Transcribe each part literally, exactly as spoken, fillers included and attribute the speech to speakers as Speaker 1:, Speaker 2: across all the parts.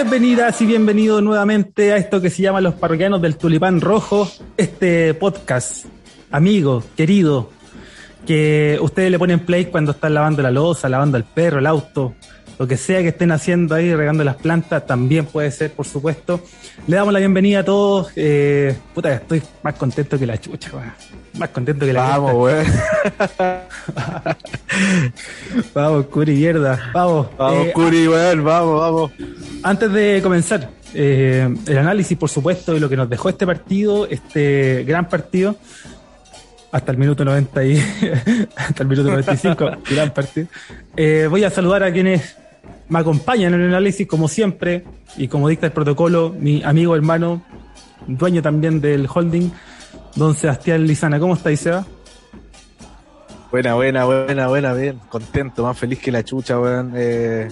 Speaker 1: Bienvenidas y bienvenidos nuevamente a esto que se llama Los Parroquianos del Tulipán Rojo, este podcast, amigo, querido, que ustedes le ponen play cuando están lavando la loza, lavando el perro, el auto, lo que sea que estén haciendo ahí, regando las plantas, también puede ser, por supuesto. Le damos la bienvenida a todos. Eh, puta, estoy más contento que la chucha, weón. Más contento que la
Speaker 2: Vamos, weón.
Speaker 1: Vamos, Curi, mierda. Vamos.
Speaker 2: Vamos,
Speaker 1: eh,
Speaker 2: Curi, weón. Vamos, vamos.
Speaker 1: Antes de comenzar, eh, el análisis, por supuesto, de lo que nos dejó este partido, este gran partido, hasta el minuto noventa y hasta el minuto noventa y cinco, gran partido. Eh, voy a saludar a quienes me acompañan en el análisis, como siempre, y como dicta el protocolo, mi amigo, hermano, dueño también del holding, don Sebastián Lizana. ¿Cómo estáis, Seba?
Speaker 2: Buena, buena, buena, buena, bien. Contento, más feliz que la chucha, weón. Eh...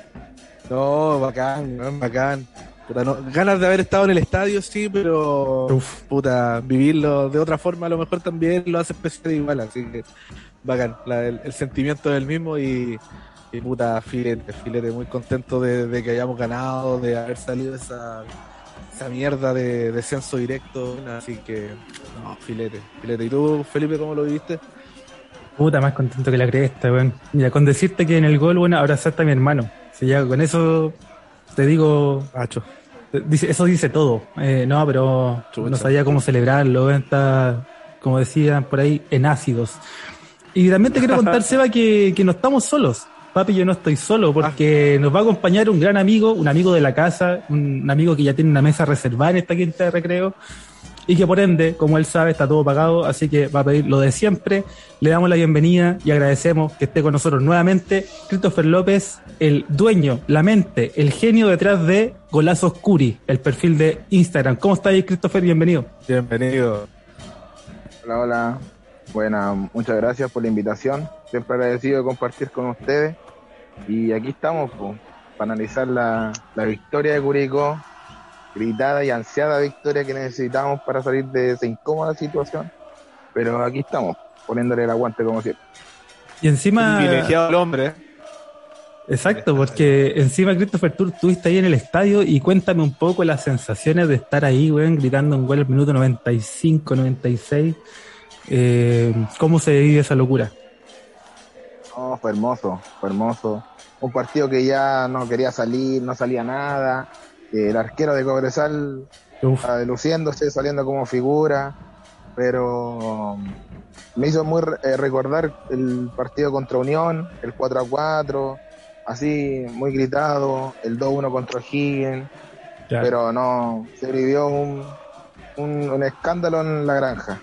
Speaker 2: No, bacán, weón, bacán. Puta, no, ganas de haber estado en el estadio, sí, pero Uf. puta, vivirlo de otra forma a lo mejor también lo hace especial igual, así que bacán, la, el, el sentimiento es el mismo y, y puta, filete, filete, muy contento de, de que hayamos ganado, de haber salido esa, esa mierda de descenso directo, así que, no, filete, filete. ¿Y tú, Felipe, cómo lo viviste?
Speaker 1: Puta, más contento que la cresta, weón. Mira, con decirte que en el gol, bueno, abrazaste a mi hermano. Si ya con eso te digo,
Speaker 2: Hacho.
Speaker 1: Dice, eso dice todo. Eh, no, pero Chucha. No sabía cómo celebrarlo. Está, como decían por ahí, en ácidos. Y también te quiero contar, Seba, que, que no estamos solos. Papi, yo no estoy solo porque ah. nos va a acompañar un gran amigo, un amigo de la casa, un amigo que ya tiene una mesa reservada en esta quinta de recreo y que por ende, como él sabe, está todo pagado, así que va a pedir lo de siempre. Le damos la bienvenida y agradecemos que esté con nosotros nuevamente Christopher López, el dueño, la mente, el genio detrás de Golazos Curi, el perfil de Instagram. ¿Cómo estás ahí, Christopher? Bienvenido.
Speaker 2: Bienvenido.
Speaker 3: Hola, hola. Bueno, muchas gracias por la invitación. Siempre agradecido de compartir con ustedes. Y aquí estamos, pues, para analizar la, la victoria de Curicó, gritada y ansiada victoria que necesitamos para salir de esa incómoda situación. Pero aquí estamos, poniéndole el aguante como siempre.
Speaker 1: Y encima...
Speaker 2: Privilegiado el hombre.
Speaker 1: Exacto, porque encima, Christopher, tú estuviste ahí en el estadio y cuéntame un poco las sensaciones de estar ahí, weón, gritando un gol al minuto noventa y cinco, noventa y seis. Eh, ¿Cómo se vive esa locura?
Speaker 3: No, fue hermoso, fue hermoso. Un partido que ya no quería salir, no salía nada. El arquero de Cobresal uh, luciéndose, saliendo como figura, pero me hizo muy eh, recordar el partido contra Unión, el cuatro a cuatro, así muy gritado, el dos uno contra Higgins, claro. Pero no, se vivió un, un, un escándalo en la granja.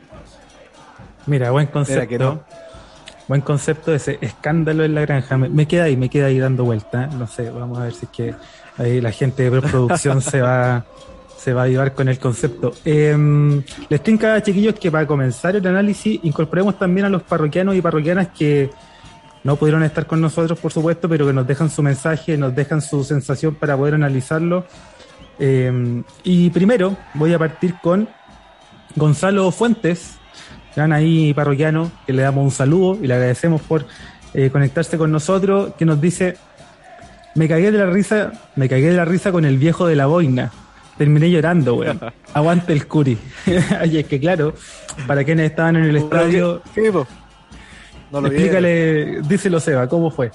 Speaker 1: Mira, buen concepto. Que no. Buen concepto ese, escándalo en la granja. Me, me queda ahí, me queda ahí dando vuelta. No sé, vamos a ver si es que ahí la gente de producción se va se va a llevar con el concepto. Eh, les tinca, chiquillos, que para comenzar el análisis incorporemos también a los parroquianos y parroquianas que no pudieron estar con nosotros, por supuesto, pero que nos dejan su mensaje, nos dejan su sensación para poder analizarlo. Eh, y primero voy a partir con Gonzalo Fuentes, gran ahí parroquiano, que le damos un saludo y le agradecemos por eh, conectarse con nosotros, que nos dice: me cagué de la risa, me cagué de la risa con el viejo de la boina. Terminé llorando, weón. Aguante el Curi. Y es que claro, para quienes estaban en el estadio,
Speaker 2: ¿qué, qué, no lo
Speaker 1: explícale, vieron. Díselo, Seba, ¿cómo fue?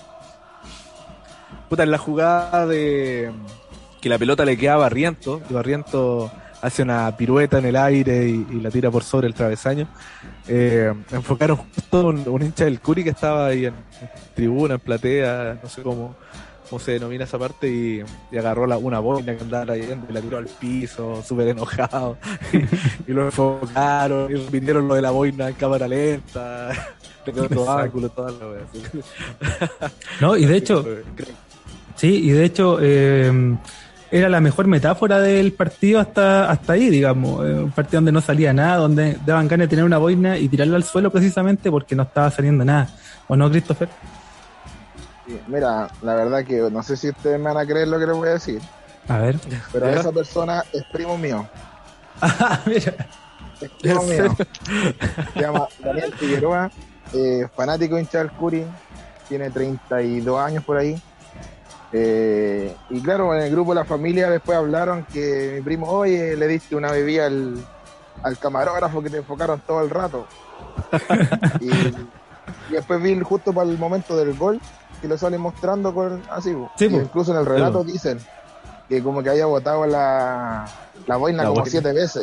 Speaker 2: Puta, en la jugada de que la pelota le queda a Barriento, y Barriento hace una pirueta en el aire y, y la tira por sobre el travesaño. Eh, enfocaron justo un, un hincha del Curi que estaba ahí en, en tribuna, en platea, no sé cómo, cómo se denomina esa parte, y, y agarró la, una boina que andaba trayendo y la tiró al piso, súper enojado. Y, y lo enfocaron y repitieron lo de la boina en cámara lenta. Le quedó todo ángulo, toda la wea.
Speaker 1: No, y de hecho, sí, y de hecho, eh, era la mejor metáfora del partido hasta hasta ahí, digamos. Un partido donde no salía nada, donde daban ganas de tener una boina y tirarla al suelo precisamente porque no estaba saliendo nada. ¿O no, Christopher?
Speaker 3: Sí, mira, la verdad que no sé si ustedes me van a creer lo que les voy a decir.
Speaker 1: A ver.
Speaker 3: Pero esa persona es primo mío.
Speaker 1: Ah, mira.
Speaker 3: Es primo mío. Se llama Daniel Figueroa, eh, fanático hincha del Curi, tiene treinta y dos años por ahí. Eh, y claro, en el grupo de la familia después hablaron que mi primo, oye, le diste una bebida al, al camarógrafo que te enfocaron todo el rato. y, y después vi justo para el momento del gol que lo salen mostrando con así, sí, y incluso en el relato sí, dicen que como que había botado la, la boina la como boina. siete veces.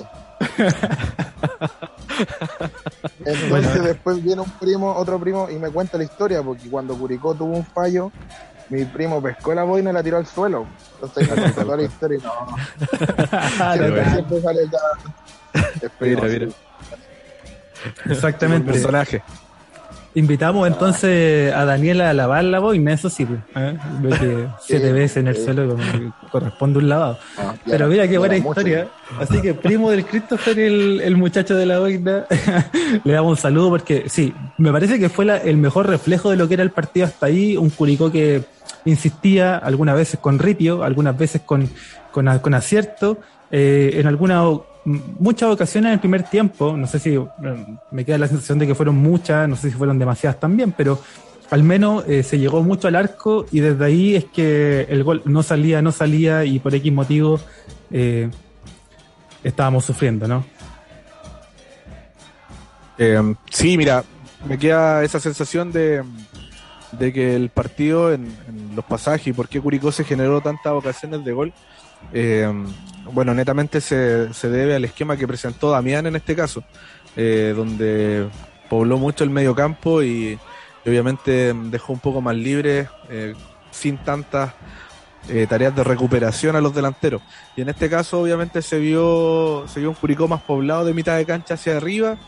Speaker 3: Entonces bueno, después viene un primo, otro primo, y me cuenta la historia, porque cuando Curicó tuvo un fallo, mi primo pescó la boina y la tiró al suelo. Entonces me contó toda la historia y no. siempre, siempre sale ya.
Speaker 2: Mira, mira.
Speaker 1: Exactamente.
Speaker 2: Personaje.
Speaker 1: Invitamos ah. entonces a Daniela a lavar la boina, eso sí, ¿eh? Ve que siete sí, veces en el sí. suelo como corresponde un lavado. Ah, pero mira qué buena historia. Mucho. Así que primo del Christopher, el, el muchacho de la boina, le damos un saludo porque sí, me parece que fue la, el mejor reflejo de lo que era el partido hasta ahí, un Curicó que insistía algunas veces con ripio, algunas veces con, con, con acierto, eh, en algunas muchas ocasiones en el primer tiempo, no sé si me queda la sensación de que fueron muchas, no sé si fueron demasiadas también, pero al menos eh, se llegó mucho al arco y desde ahí es que el gol no salía, no salía y por X motivo eh, estábamos sufriendo, ¿no?
Speaker 2: Eh, sí, mira, me queda esa sensación de, de que el partido en, en los pasajes y por qué Curicó se generó tantas ocasiones de gol, eh, bueno, netamente se, se debe al esquema que presentó Damián en este caso, eh, donde pobló mucho el medio campo y, y obviamente dejó un poco más libre, eh, sin tantas eh, tareas de recuperación a los delanteros. Y en este caso obviamente se vio, se vio un Curicó más poblado de mitad de cancha hacia arriba,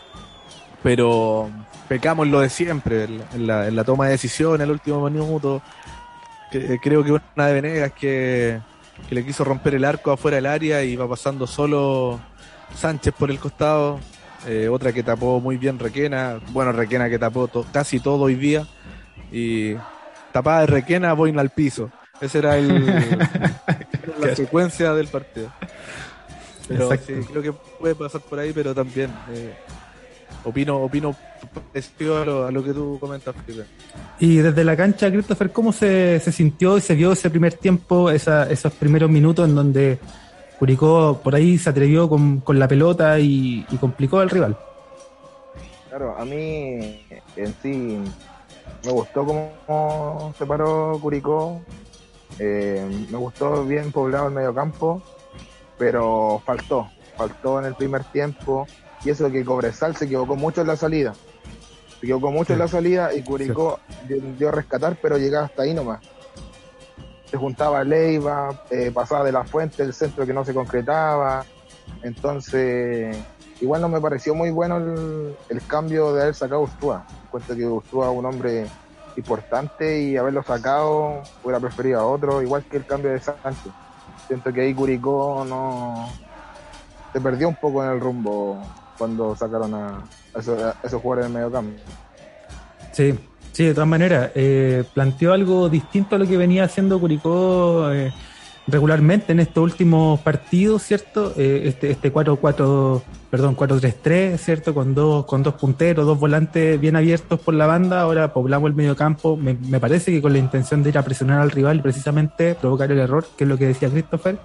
Speaker 2: pero pecamos en lo de siempre, en la, en la, en la toma de decisión, en el último minuto. Que, creo que una de Venegas que... que le quiso romper el arco afuera del área y va pasando solo Sánchez por el costado, eh, otra que tapó muy bien Requena, bueno, Requena que tapó to- casi todo hoy día, y tapada de Requena, boina al piso. Esa era el, la secuencia del partido. Pero sí, creo que puede pasar por ahí, pero también eh, opino, opino parecido a lo, a lo que tú comentas, Felipe.
Speaker 1: Y desde la cancha, Christopher, ¿cómo se, se sintió y se vio ese primer tiempo, esa, esos primeros minutos en donde Curicó por ahí se atrevió con, con la pelota y, y complicó al rival?
Speaker 3: Claro, a mí en sí me gustó cómo se paró Curicó, eh, me gustó bien poblado el mediocampo, pero faltó, faltó en el primer tiempo, y eso que Cobresal se equivocó mucho en la salida. Se equivocó mucho sí. en la salida y Curicó sí. dio, dio a rescatar, pero llegaba hasta ahí nomás. Se juntaba Leiva, eh, pasaba de la fuente, el centro que no se concretaba. Entonces, igual no me pareció muy bueno el, el cambio de haber sacado a Urtúa. Cuento que Urtúa es un hombre importante y haberlo sacado hubiera preferido a otro, igual que el cambio de Sánchez. Siento que ahí Curicó no se perdió un poco en el rumbo cuando sacaron a esos, a esos jugadores en el medio campo.
Speaker 1: Sí, sí, de todas maneras, eh, planteó algo distinto a lo que venía haciendo Curicó eh, regularmente en estos últimos partidos, ¿cierto? Eh, este este cuatro cuatro, perdón, cuatro tres tres, ¿cierto? Con dos con dos punteros, dos volantes bien abiertos por la banda, ahora poblamos el medio campo, me, me parece que con la intención de ir a presionar al rival y precisamente provocar el error, que es lo que decía Christopher.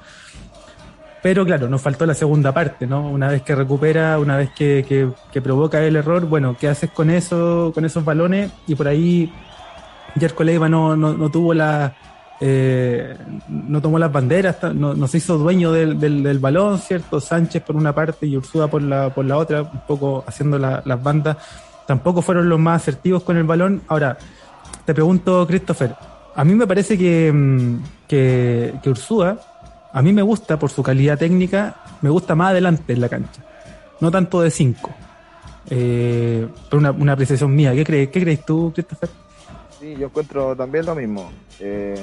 Speaker 1: Pero claro, nos faltó la segunda parte, ¿no? Una vez que recupera, una vez que, que, que provoca el error, bueno, ¿qué haces con eso, con esos balones? Y por ahí Jerko Leiva no, no, no tuvo la, eh, no tomó las banderas, no, no se hizo dueño del, del, del balón, ¿cierto? Sánchez por una parte y Ursúa por la, por la otra, un poco haciendo la, las bandas, tampoco fueron los más asertivos con el balón. Ahora, te pregunto, Christopher, a mí me parece que, que, que Ursúa, a mí me gusta, por su calidad técnica, me gusta más adelante en la cancha. No tanto de cinco. Eh, por una, una apreciación mía. ¿Qué crees, ¿Qué crees tú, Christopher?
Speaker 3: Sí, yo encuentro también lo mismo. Eh,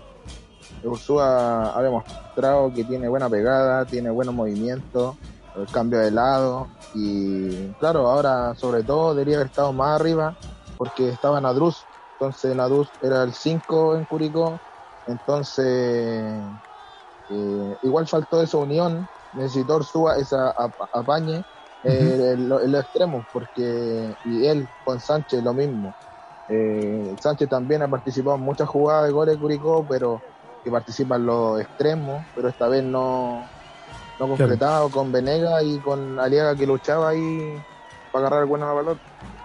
Speaker 3: Ursúa ha demostrado que tiene buena pegada, tiene buenos movimientos, el cambio de lado. Y claro, ahora sobre todo debería haber estado más arriba porque estaba Nadruz. Entonces Nadruz era el cinco en Curicó. Entonces... Eh, igual faltó esa unión, necesitó Ursúa esa ap- apañe eh, uh-huh. en, lo, en los extremos, porque y él con Sánchez lo mismo, Eh, Sánchez también ha participado en muchas jugadas de goles de Curicó, pero que participan los extremos, pero esta vez no, no concretado, con Venega y con Aliaga, que luchaba ahí para agarrar el buena balón.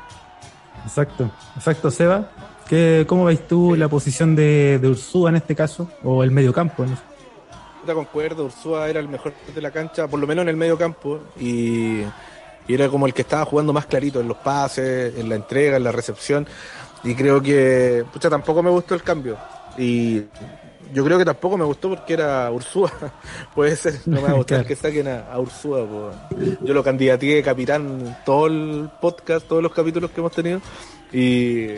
Speaker 1: Exacto, exacto, Seba. ¿Qué, ¿Cómo veis tú la posición de, de Ursúa en este caso? O el mediocampo, ¿no?
Speaker 2: Te concuerdo, Ursúa era el mejor de la cancha, por lo menos en el medio campo, y, y era como el que estaba jugando más clarito en los pases, en la entrega, en la recepción, y creo que, pucha, tampoco me gustó el cambio, y yo creo que tampoco me gustó porque era Ursúa. Puede ser, no me va a gustar claro. que saquen a, a Ursúa, pues. Yo lo candidaté de capitán todo el podcast, todos los capítulos que hemos tenido, y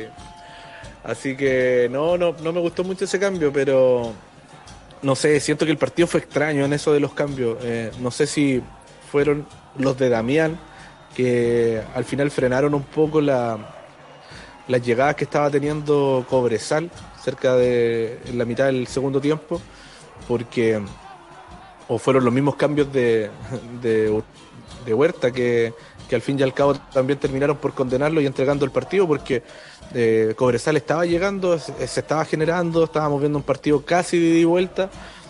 Speaker 2: así que no, no, no me gustó mucho ese cambio, pero no sé, siento que el partido fue extraño en eso de los cambios. Eh, no sé si fueron los de Damián, que al final frenaron un poco la, las llegadas que estaba teniendo Cobresal cerca de en la mitad del segundo tiempo, porque o fueron los mismos cambios de, de, de Huerta que, que al fin y al cabo también terminaron por condenarlo y entregando el partido, porque eh, Cobresal estaba llegando, se, se estaba generando, estábamos viendo un partido casi de ida y vuelta,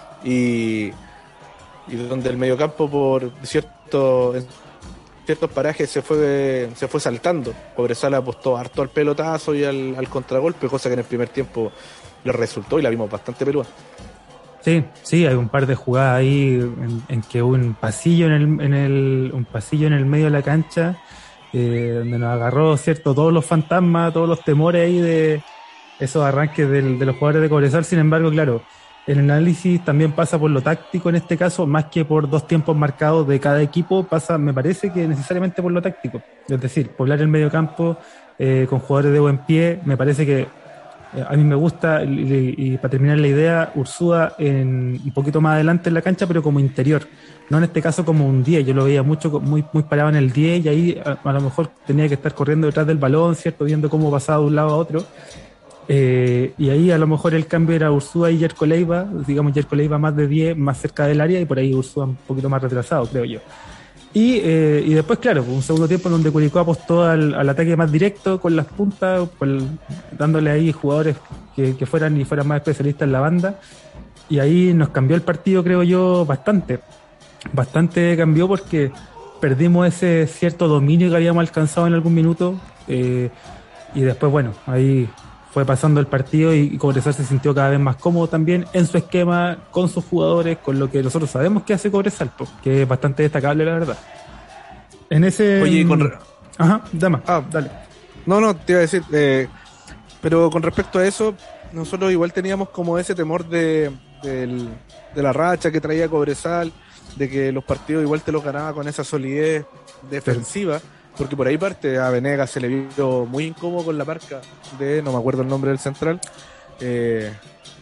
Speaker 2: y, y donde el mediocampo por cierto en ciertos parajes se fue se fue saltando. Cobresal apostó harto al pelotazo y al, al contragolpe, cosa que en el primer tiempo le resultó y la vimos bastante peluda.
Speaker 1: Sí, sí, hay un par de jugadas ahí en, en que un pasillo en el, en el un pasillo en el medio de la cancha, eh, donde nos agarró, cierto, todos los fantasmas, todos los temores ahí de esos arranques del, de los jugadores de Cobresal. Sin embargo, claro, el análisis también pasa por lo táctico en este caso, más que por dos tiempos marcados de cada equipo, pasa, me parece que necesariamente por lo táctico. Es decir, poblar el medio campo eh, con jugadores de buen pie, me parece que a mí me gusta, y, y para terminar la idea, Ursúa en, un poquito más adelante en la cancha, pero como interior, no en este caso como un diez. Yo lo veía mucho, muy, muy parado en el diez, y ahí a, a lo mejor tenía que estar corriendo detrás del balón, ¿cierto? Viendo cómo pasaba de un lado a otro. Eh, y ahí a lo mejor el cambio era Ursúa y Jerko Leiva, digamos Jerko Leiva más de diez, más cerca del área, y por ahí Ursúa un poquito más retrasado, creo yo. Y, eh, y después, claro, un segundo tiempo en donde Curicó apostó al, al ataque más directo con las puntas, el, dándole ahí jugadores que, que fueran y fueran más especialistas en la banda. Y ahí nos cambió el partido, creo yo, bastante. Bastante cambió porque perdimos ese cierto dominio que habíamos alcanzado en algún minuto. Eh, y después, bueno, ahí fue pasando el partido y, y Cobresal se sintió cada vez más cómodo también en su esquema, con sus jugadores, con lo que nosotros sabemos que hace Cobresal, pues, que es bastante destacable, la verdad. En ese...
Speaker 2: Oye, con... Re...
Speaker 1: Ajá, dama,
Speaker 2: ah,
Speaker 1: dale.
Speaker 2: No, no, te iba a decir, eh, pero con respecto a eso, nosotros igual teníamos como ese temor de, de, de la racha que traía Cobresal, de que los partidos igual te los ganaba con esa solidez defensiva. Sí. Porque por ahí parte a Venegas se le vio muy incómodo con la marca de, no me acuerdo el nombre del central, eh,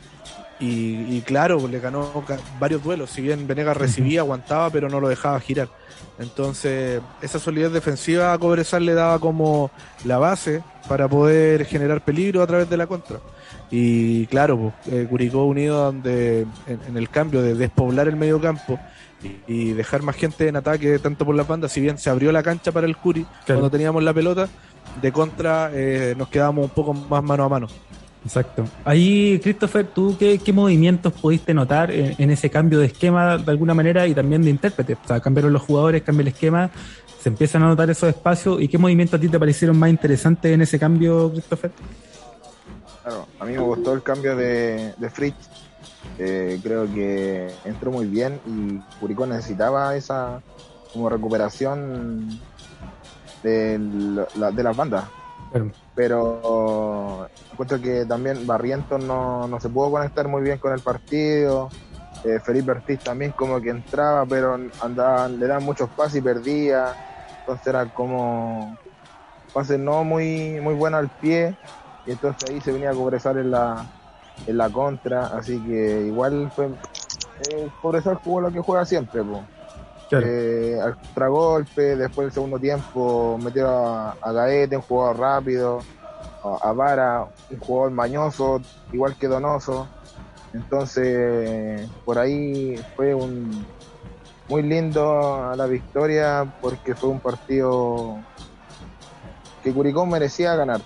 Speaker 2: y, y claro, le ganó varios duelos, si bien Venegas recibía, aguantaba, pero no lo dejaba girar. Entonces esa solidez defensiva a Cobresal le daba como la base para poder generar peligro a través de la contra. Y claro, pues, eh, Curicó Unido, donde en, en el cambio de despoblar el medio campo y dejar más gente en ataque tanto por las bandas, si bien se abrió la cancha para el Curi, claro, cuando teníamos la pelota, de contra eh, nos quedábamos un poco más mano a mano.
Speaker 1: Exacto. Ahí, Christopher, ¿tú qué, qué movimientos pudiste notar en, en ese cambio de esquema de alguna manera y también de intérprete? O sea, cambiaron los jugadores, cambia el esquema, se empiezan a notar esos espacios, ¿y qué movimientos a ti te parecieron más interesantes en ese cambio, Christopher?
Speaker 3: Claro, a mí me gustó el cambio de, de Fritz. Eh, creo que entró muy bien y Curicó necesitaba esa como recuperación de, la, de las bandas, claro. Pero encuentro que también Barrientos no, no se pudo conectar muy bien con el partido. eh, Felipe Ortiz también como que entraba pero andaba, le daban muchos pases y perdía, entonces era como pases no muy, muy buenos al pie, y entonces ahí se venía a Cobresal en la en la contra, así que igual fue eh, Cobresal jugó lo que juega siempre, po. Claro. Eh, al contragolpe, después del segundo tiempo metió a, a Gaete, un jugador rápido, a, a Vara, un jugador mañoso, igual que Donoso, entonces por ahí fue un muy lindo a la victoria, porque fue un partido que Curicó merecía ganar.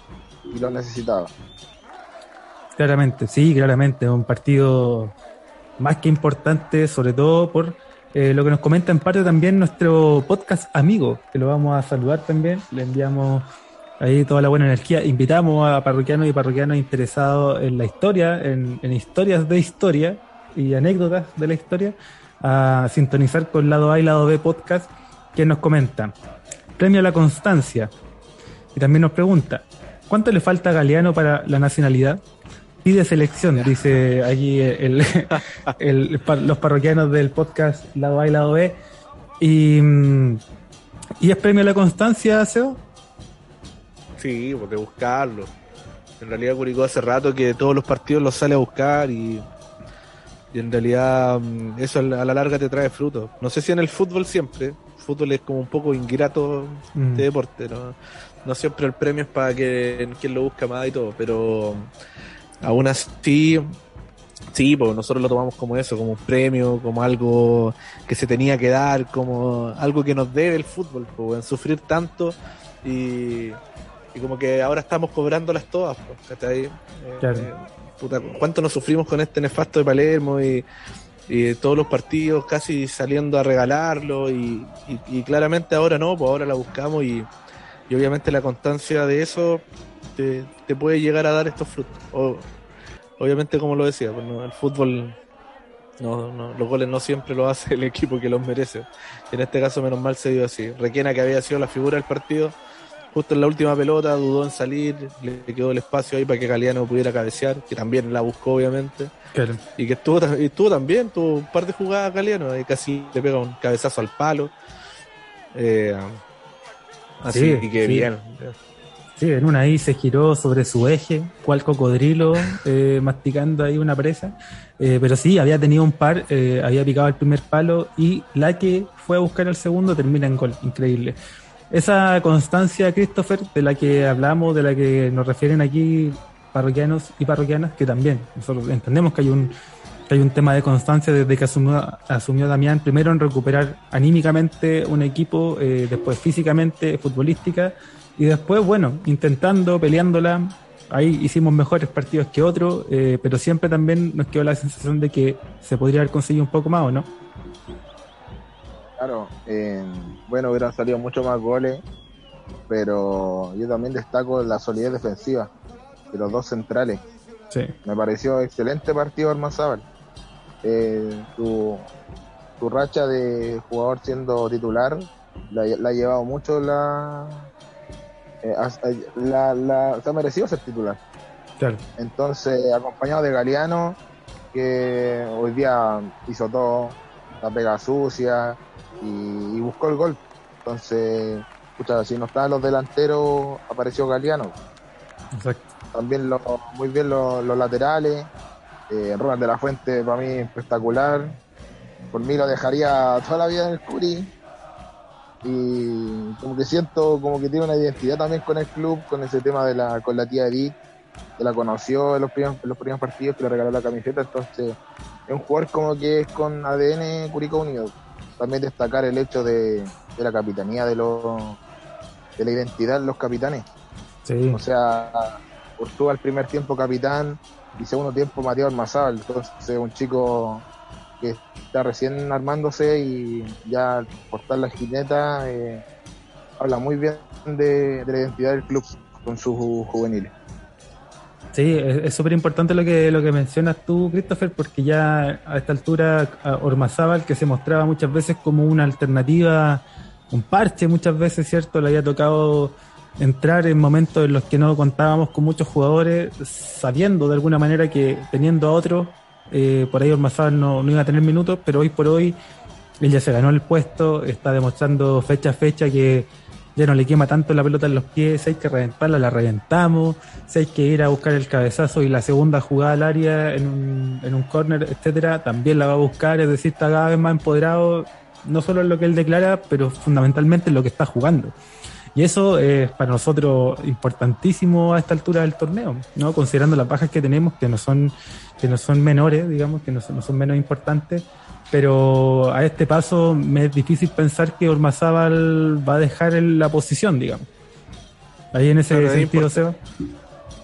Speaker 3: y lo necesitaba.
Speaker 1: Claramente, sí, claramente, un partido más que importante, sobre todo por eh, lo que nos comenta en parte también nuestro podcast amigo, que lo vamos a saludar también, le enviamos ahí toda la buena energía, invitamos a parroquianos y parroquianos interesados en la historia, en, en historias de historia y anécdotas de la historia, a sintonizar con Lado A y Lado B podcast, que nos comenta, premio a la constancia, y también nos pregunta, ¿cuánto le falta a Galeano para la nacionalidad? Pide selección, dice allí el, el, el, los parroquianos del podcast Lado A y Lado B. Y, y es premio a la constancia, Seo.
Speaker 2: Sí, pues de buscarlo. En realidad Curicó hace rato que todos los partidos los sale a buscar y, y en realidad eso a la larga te trae frutos. No sé si en el fútbol siempre, el fútbol es como un poco ingrato mm. de deporte, ¿no? No siempre el premio es para que, quien lo busca más y todo, pero aún así, sí, pues nosotros lo tomamos como eso, como un premio, como algo que se tenía que dar, como algo que nos debe el fútbol, pues, en sufrir tanto y, y como que ahora estamos cobrándolas todas, pues, ¿cachai?
Speaker 1: Claro.
Speaker 2: Eh, puta, ¿cuánto nos sufrimos con este nefasto de Palermo y, y todos los partidos casi saliendo a regalarlo y, y, y claramente ahora no, pues ahora la buscamos y, y obviamente la constancia de eso Te, te puede llegar a dar estos frutos. O, obviamente, como lo decía, pues no, el fútbol, no, no, los goles no siempre lo hace el equipo que los merece. En este caso, menos mal se dio así. Requena, que había sido la figura del partido, justo en la última pelota dudó en salir, le quedó el espacio ahí para que Galeano pudiera cabecear, que también la buscó, obviamente.
Speaker 1: Claro.
Speaker 2: Y que estuvo, y estuvo también, tuvo un par de jugadas Galeano, y casi le pega un cabezazo al palo. Eh, así
Speaker 1: sí,
Speaker 2: que
Speaker 1: sí.
Speaker 2: bien.
Speaker 1: Sí, en una ahí se giró sobre su eje, cual cocodrilo, eh, masticando ahí una presa. Eh, pero sí, había tenido un par, eh, había picado el primer palo y la que fue a buscar el segundo termina en gol. Increíble. Esa constancia, Christopher, de la que hablamos, de la que nos refieren aquí parroquianos y parroquianas, que también nosotros entendemos que hay un, que hay un tema de constancia desde que asumió, asumió Damián, primero en recuperar anímicamente un equipo, eh, después físicamente, futbolística, y después, bueno, intentando, peleándola, ahí hicimos mejores partidos que otros, eh, pero siempre también nos quedó la sensación de que se podría haber conseguido un poco más, ¿o no?
Speaker 3: Claro, eh, bueno, hubieran salido mucho más goles, pero yo también destaco la solidez defensiva de los dos centrales.
Speaker 1: Sí.
Speaker 3: Me pareció excelente partido Ormazábal. Eh, tu, tu racha de jugador siendo titular la, la ha llevado mucho la... Eh, la, la, se ha merecido ser titular.
Speaker 1: Claro.
Speaker 3: Entonces, acompañado de Galeano, que hoy día hizo todo, la pega sucia y, y buscó el gol. Entonces, escucha, si no estaban los delanteros, apareció Galeano.
Speaker 1: Exacto.
Speaker 3: También lo, muy bien los, los laterales. Eh, Ronald de la Fuente, para mí, espectacular. Por mí lo dejaría toda la vida en el Curi. Y como que siento como que tiene una identidad también con el club, con ese tema de la con la tía Edith, que la conoció en los primeros, en los primeros partidos, que le regaló la camiseta. Entonces es un jugador como que es con A D N Curicó Unido. También destacar el hecho de, de la capitanía, de los de la identidad de los capitanes.
Speaker 1: Sí.
Speaker 3: O sea, Ursúa al primer tiempo capitán y segundo tiempo Mateo Ormazábal. Entonces un chico que está recién armándose y ya portar la jineta, eh, habla muy bien de, de la identidad del club con sus juveniles.
Speaker 1: Sí, es súper importante lo que lo que mencionas tú, Christopher, porque ya a esta altura Ormazábal, que se mostraba muchas veces como una alternativa, un parche muchas veces, ¿cierto? Le había tocado entrar en momentos en los que no contábamos con muchos jugadores, sabiendo de alguna manera que teniendo a otros, eh, por ahí Ormazábal no, no iba a tener minutos, pero hoy por hoy él ya se ganó el puesto, está demostrando fecha a fecha que ya no le quema tanto la pelota en los pies, si hay que reventarla, la reventamos, si hay que ir a buscar el cabezazo y la segunda jugada al área en un, en un córner, etcétera, también la va a buscar, es decir, está cada vez más empoderado, no solo en lo que él declara, pero fundamentalmente en lo que está jugando. Y eso es para nosotros importantísimo a esta altura del torneo, ¿no? Considerando las bajas que tenemos, que no son, que no son menores, digamos, que no son, no son menos importantes, pero a este paso me es difícil pensar que Ormazábal va a dejar en la posición, digamos. Ahí en ese
Speaker 2: Claro,
Speaker 1: sentido,
Speaker 2: es
Speaker 1: Seba.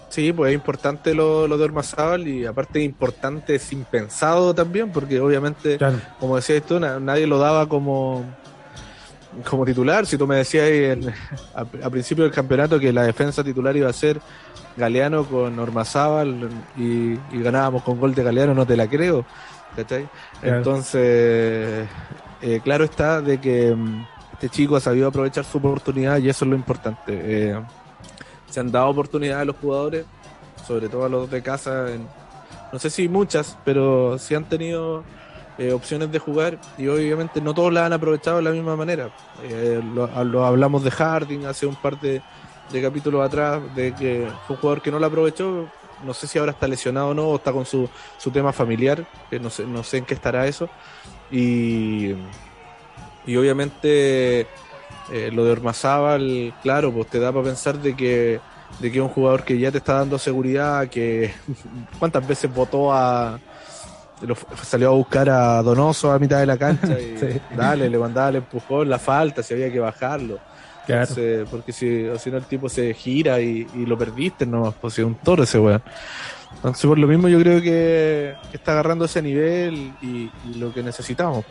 Speaker 2: Sí, pues es importante lo, lo de Ormazábal y aparte es importante, es impensado también, porque obviamente,
Speaker 1: Claro.
Speaker 2: como decías tú, na- nadie lo daba como, como titular. Si tú me decías ahí en- a, a principio del campeonato que la defensa titular iba a ser Galeano con Ormazábal y, y ganábamos con gol de Galeano, no te la creo, ¿cachai?
Speaker 1: Claro.
Speaker 2: Entonces, eh, claro está de que mm, este chico ha sabido aprovechar su oportunidad y eso es lo importante. Eh, se han dado oportunidades a los jugadores, sobre todo a los de casa, en, no sé si muchas, pero sí han tenido eh, opciones de jugar y obviamente no todos las han aprovechado de la misma manera. Eh, lo, lo hablamos de Harding hace un par de, de capítulos atrás, de que fue un jugador que no lo aprovechó. No sé si ahora está lesionado o no, o está con su, su tema familiar, que no sé, no sé en qué estará eso. Y, y obviamente eh, lo de Ormazábal, claro, pues te da para pensar de que de que es un jugador que ya te está dando seguridad, que cuántas veces votó a lo, salió a buscar a Donoso a mitad de la cancha y
Speaker 1: Sí.
Speaker 2: dale, le mandaba el empujón, la falta, si había que bajarlo.
Speaker 1: Claro.
Speaker 2: Entonces, porque si, o si no el tipo se gira y, y lo perdiste, no, pues es un toro ese weón. Entonces por lo mismo yo creo que, que está agarrando ese nivel y, y lo que necesitamos.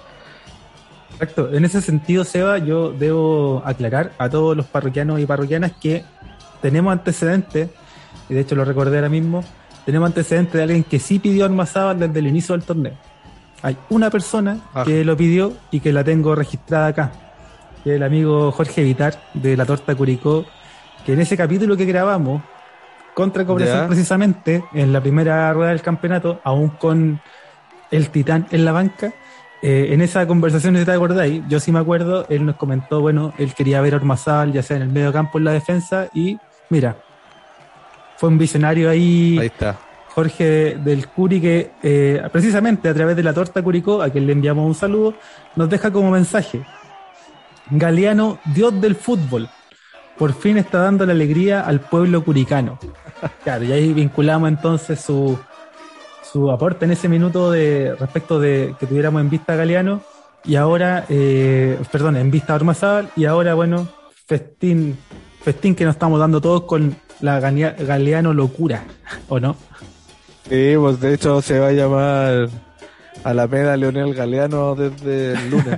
Speaker 1: Exacto. En ese sentido, Seba, yo debo aclarar a todos los parroquianos y parroquianas que tenemos antecedentes, y de hecho lo recordé ahora mismo, tenemos antecedentes de alguien que sí pidió Ormazábal desde el inicio del torneo. Hay una persona
Speaker 2: Ah,
Speaker 1: que lo pidió y que la tengo registrada acá, que es el amigo Jorge Vitar de La Torta Curicó, que en ese capítulo que grabamos contra Cobresal
Speaker 2: ya,
Speaker 1: precisamente, en la primera rueda del campeonato, aún con el Titán en la banca, eh, en esa conversación, si te acordáis, yo sí me acuerdo, él nos comentó, bueno, él quería ver a Ormazábal ya sea en el medio campo, en la defensa, y mira, fue un visionario ahí,
Speaker 2: ahí está.
Speaker 1: Jorge del Curi, que eh, precisamente a través de La Torta Curicó, a quien le enviamos un saludo, nos deja como mensaje: Galeano, Dios del fútbol, por fin está dando la alegría al pueblo curicano. Claro, y ahí vinculamos entonces su, su aporte en ese minuto de respecto de que tuviéramos en vista a Galeano y ahora, eh, perdón, en vista a Ormazábal, y ahora, bueno, festín, festín que nos estamos dando todos con la Galea- Galeano locura, ¿o no?
Speaker 2: Sí, pues de hecho se va a llamar Alameda Leonel Galeano desde el lunes.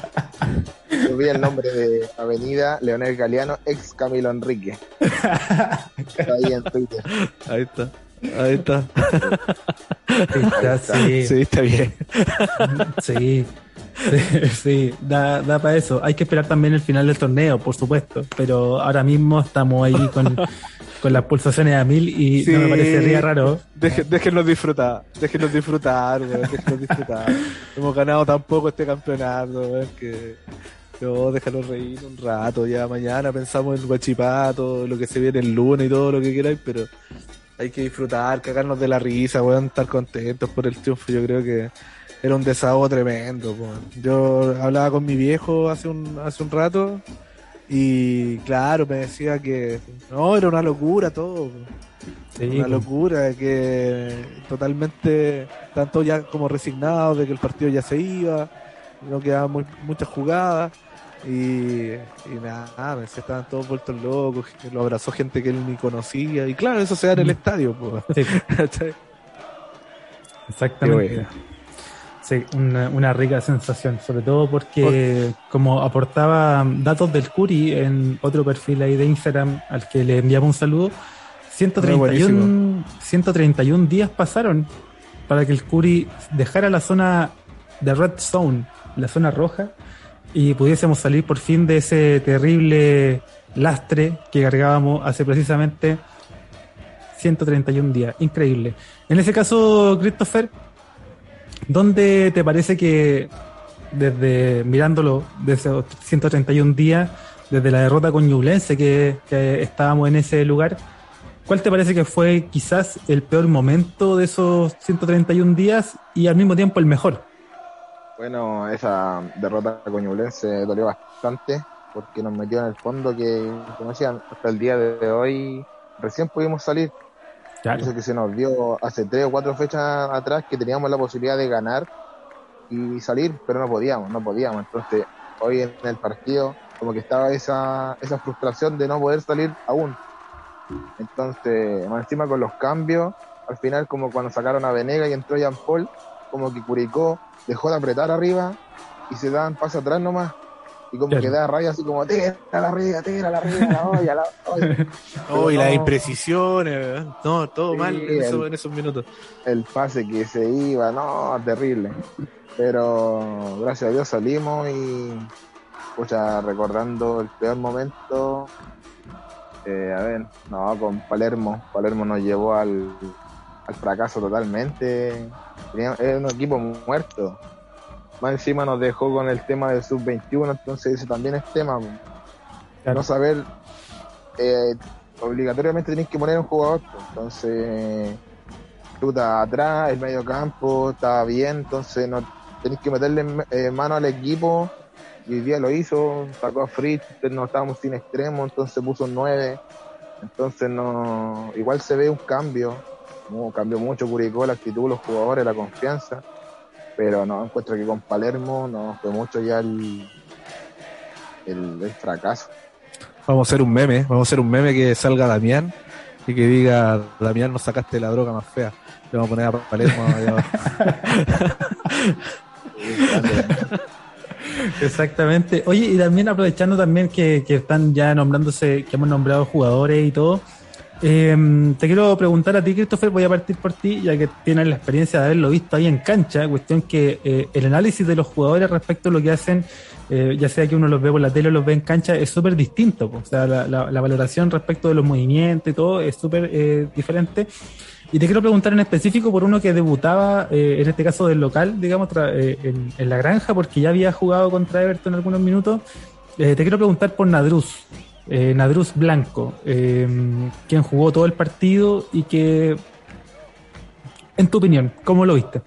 Speaker 3: Yo vi el nombre de Avenida Leonel Galeano, ex Camilo Enrique. Está ahí en Twitter.
Speaker 2: Ahí está, ahí está.
Speaker 1: Sí, está, sí,
Speaker 2: Sí, está bien.
Speaker 1: sí, sí, sí, da, da para eso. Hay que esperar también el final del torneo, por supuesto, pero ahora mismo estamos ahí con, con las pulsaciones a mil y
Speaker 2: Sí.
Speaker 1: no me parecería raro.
Speaker 2: Deje- déjenos disfrutar, déjenos disfrutar, weón, déjenos disfrutar. Hemos ganado tan poco este campeonato, weón, que no, déjalo reír un rato. Ya mañana pensamos en Guachipato, lo que se viene el lunes y todo lo que queráis, pero hay que disfrutar, cagarnos de la risa, weón, estar contentos por el triunfo. Yo creo que era un desahogo tremendo, weón. Yo hablaba con mi viejo hace un, hace un rato y claro, me decía que no, era una locura todo, weón.
Speaker 1: Sí,
Speaker 2: Una
Speaker 1: pues,
Speaker 2: locura, que totalmente, tanto ya como resignados de que el partido ya se iba, no quedaban muy, muchas jugadas y, y nada, se estaban todos vueltos locos, lo abrazó gente que él ni conocía y claro, eso se da en el estadio, pues.
Speaker 1: sí,
Speaker 2: ¿Cachai? Qué
Speaker 1: exactamente.
Speaker 2: bueno.
Speaker 1: Sí, una, una rica sensación, sobre todo porque como aportaba datos del Curi en otro perfil ahí de Instagram al que le enviamos un saludo, ciento treinta y uno, ciento treinta y uno días pasaron para que el Curi dejara la zona de Red Zone, la zona roja, y pudiésemos salir por fin de ese terrible lastre que cargábamos hace precisamente ciento treinta y uno días. Increíble. En ese caso, Christopher, ¿dónde te parece que, desde mirándolo desde esos ciento treinta y uno días, desde la derrota con Ñublense que, que estábamos en ese lugar, cuál te parece que fue quizás el peor momento de esos ciento treinta y uno días y al mismo tiempo el mejor?
Speaker 3: Bueno, esa derrota con Ñublense dolió bastante porque nos metió en el fondo que, como decían, hasta el día de hoy recién pudimos salir.
Speaker 1: Claro.
Speaker 3: Eso que se nos dio hace tres o cuatro fechas atrás, que teníamos la posibilidad de ganar y salir, pero no podíamos, no podíamos. Entonces, hoy en el partido, como que estaba esa, esa frustración de no poder salir aún. Entonces, más encima con los cambios, al final como cuando sacaron a Venega y entró Jean Paul, como que Curicó dejó de apretar arriba y se daban paso atrás nomás. Y como claro. que da raya así como, tira la arriba, tira la arriba, la olla, la olla.
Speaker 2: Oh, y no, las imprecisiones, no, todo sí, mal en, eso,
Speaker 3: el,
Speaker 2: en esos minutos.
Speaker 3: El pase que se iba, no, terrible. Pero gracias a Dios salimos y, pucha, recordando el peor momento, eh, a ver, no, con Palermo, Palermo nos llevó al, al fracaso totalmente. Tenía, era un equipo muerto. Más encima nos dejó con el tema del sub veintiuno, entonces ese también es tema. Claro. No saber, eh, obligatoriamente tenés que poner un jugador, entonces, puta, atrás, el medio campo, estaba bien, entonces no tenés que meterle eh, mano al equipo, y hoy día lo hizo, sacó a Fritz, no estábamos sin extremo, entonces puso un nueve, entonces no, igual se ve un cambio, no, cambió mucho Curicó, la actitud, los jugadores, la confianza. Pero no, encuentro que con Palermo no fue mucho ya el, el, el fracaso.
Speaker 2: Vamos a hacer un meme, vamos a hacer un meme que salga Damián y que diga, Damián, nos sacaste la droga más fea. Le vamos a poner a Palermo allá abajo.
Speaker 1: Exactamente. Oye, y también aprovechando también que, que están ya nombrándose, que hemos nombrado jugadores y todo, Eh, te quiero preguntar a ti, Christopher, voy a partir por ti, ya que tienes la experiencia de haberlo visto ahí en cancha, cuestión que eh, el análisis de los jugadores respecto a lo que hacen, eh, ya sea que uno los ve por la tele o los ve en cancha, es súper distinto, o sea, la, la, la valoración respecto de los movimientos y todo es súper eh, diferente. Y te quiero preguntar en específico por uno que debutaba, eh, en este caso del local, digamos, tra- eh, en, en la granja, porque ya había jugado contra Everton en algunos minutos. Eh, te quiero preguntar por Nadruz. Eh, Nadruz Blanco, eh, quien jugó todo el partido y que, en tu opinión, ¿cómo lo viste?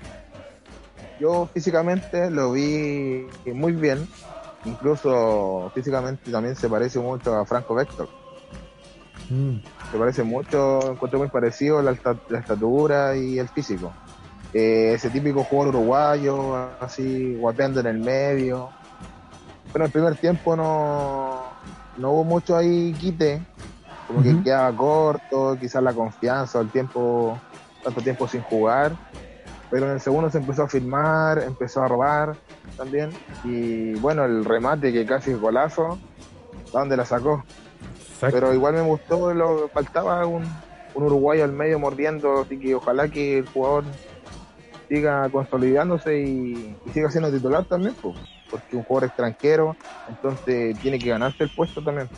Speaker 3: Yo físicamente lo vi muy bien, incluso físicamente también se parece mucho a Franco Vector. Mm. Se parece mucho, encuentro muy parecido la, la estatura y el físico. Eh, ese típico jugador uruguayo, así guapeando en el medio. Pero en el primer tiempo no... no hubo mucho ahí quite, como uh-huh. que quedaba corto, quizás la confianza o el tiempo, tanto tiempo sin jugar, pero en el segundo se empezó a filmar, empezó a robar también, y bueno, el remate que casi es golazo, ¿a dónde la sacó? Exacto. Pero igual me gustó, lo, faltaba un, un uruguayo al medio mordiendo, así que ojalá que el jugador siga consolidándose y, y siga siendo titular también, pues. Porque un jugador extranjero, entonces tiene que ganarse el puesto también.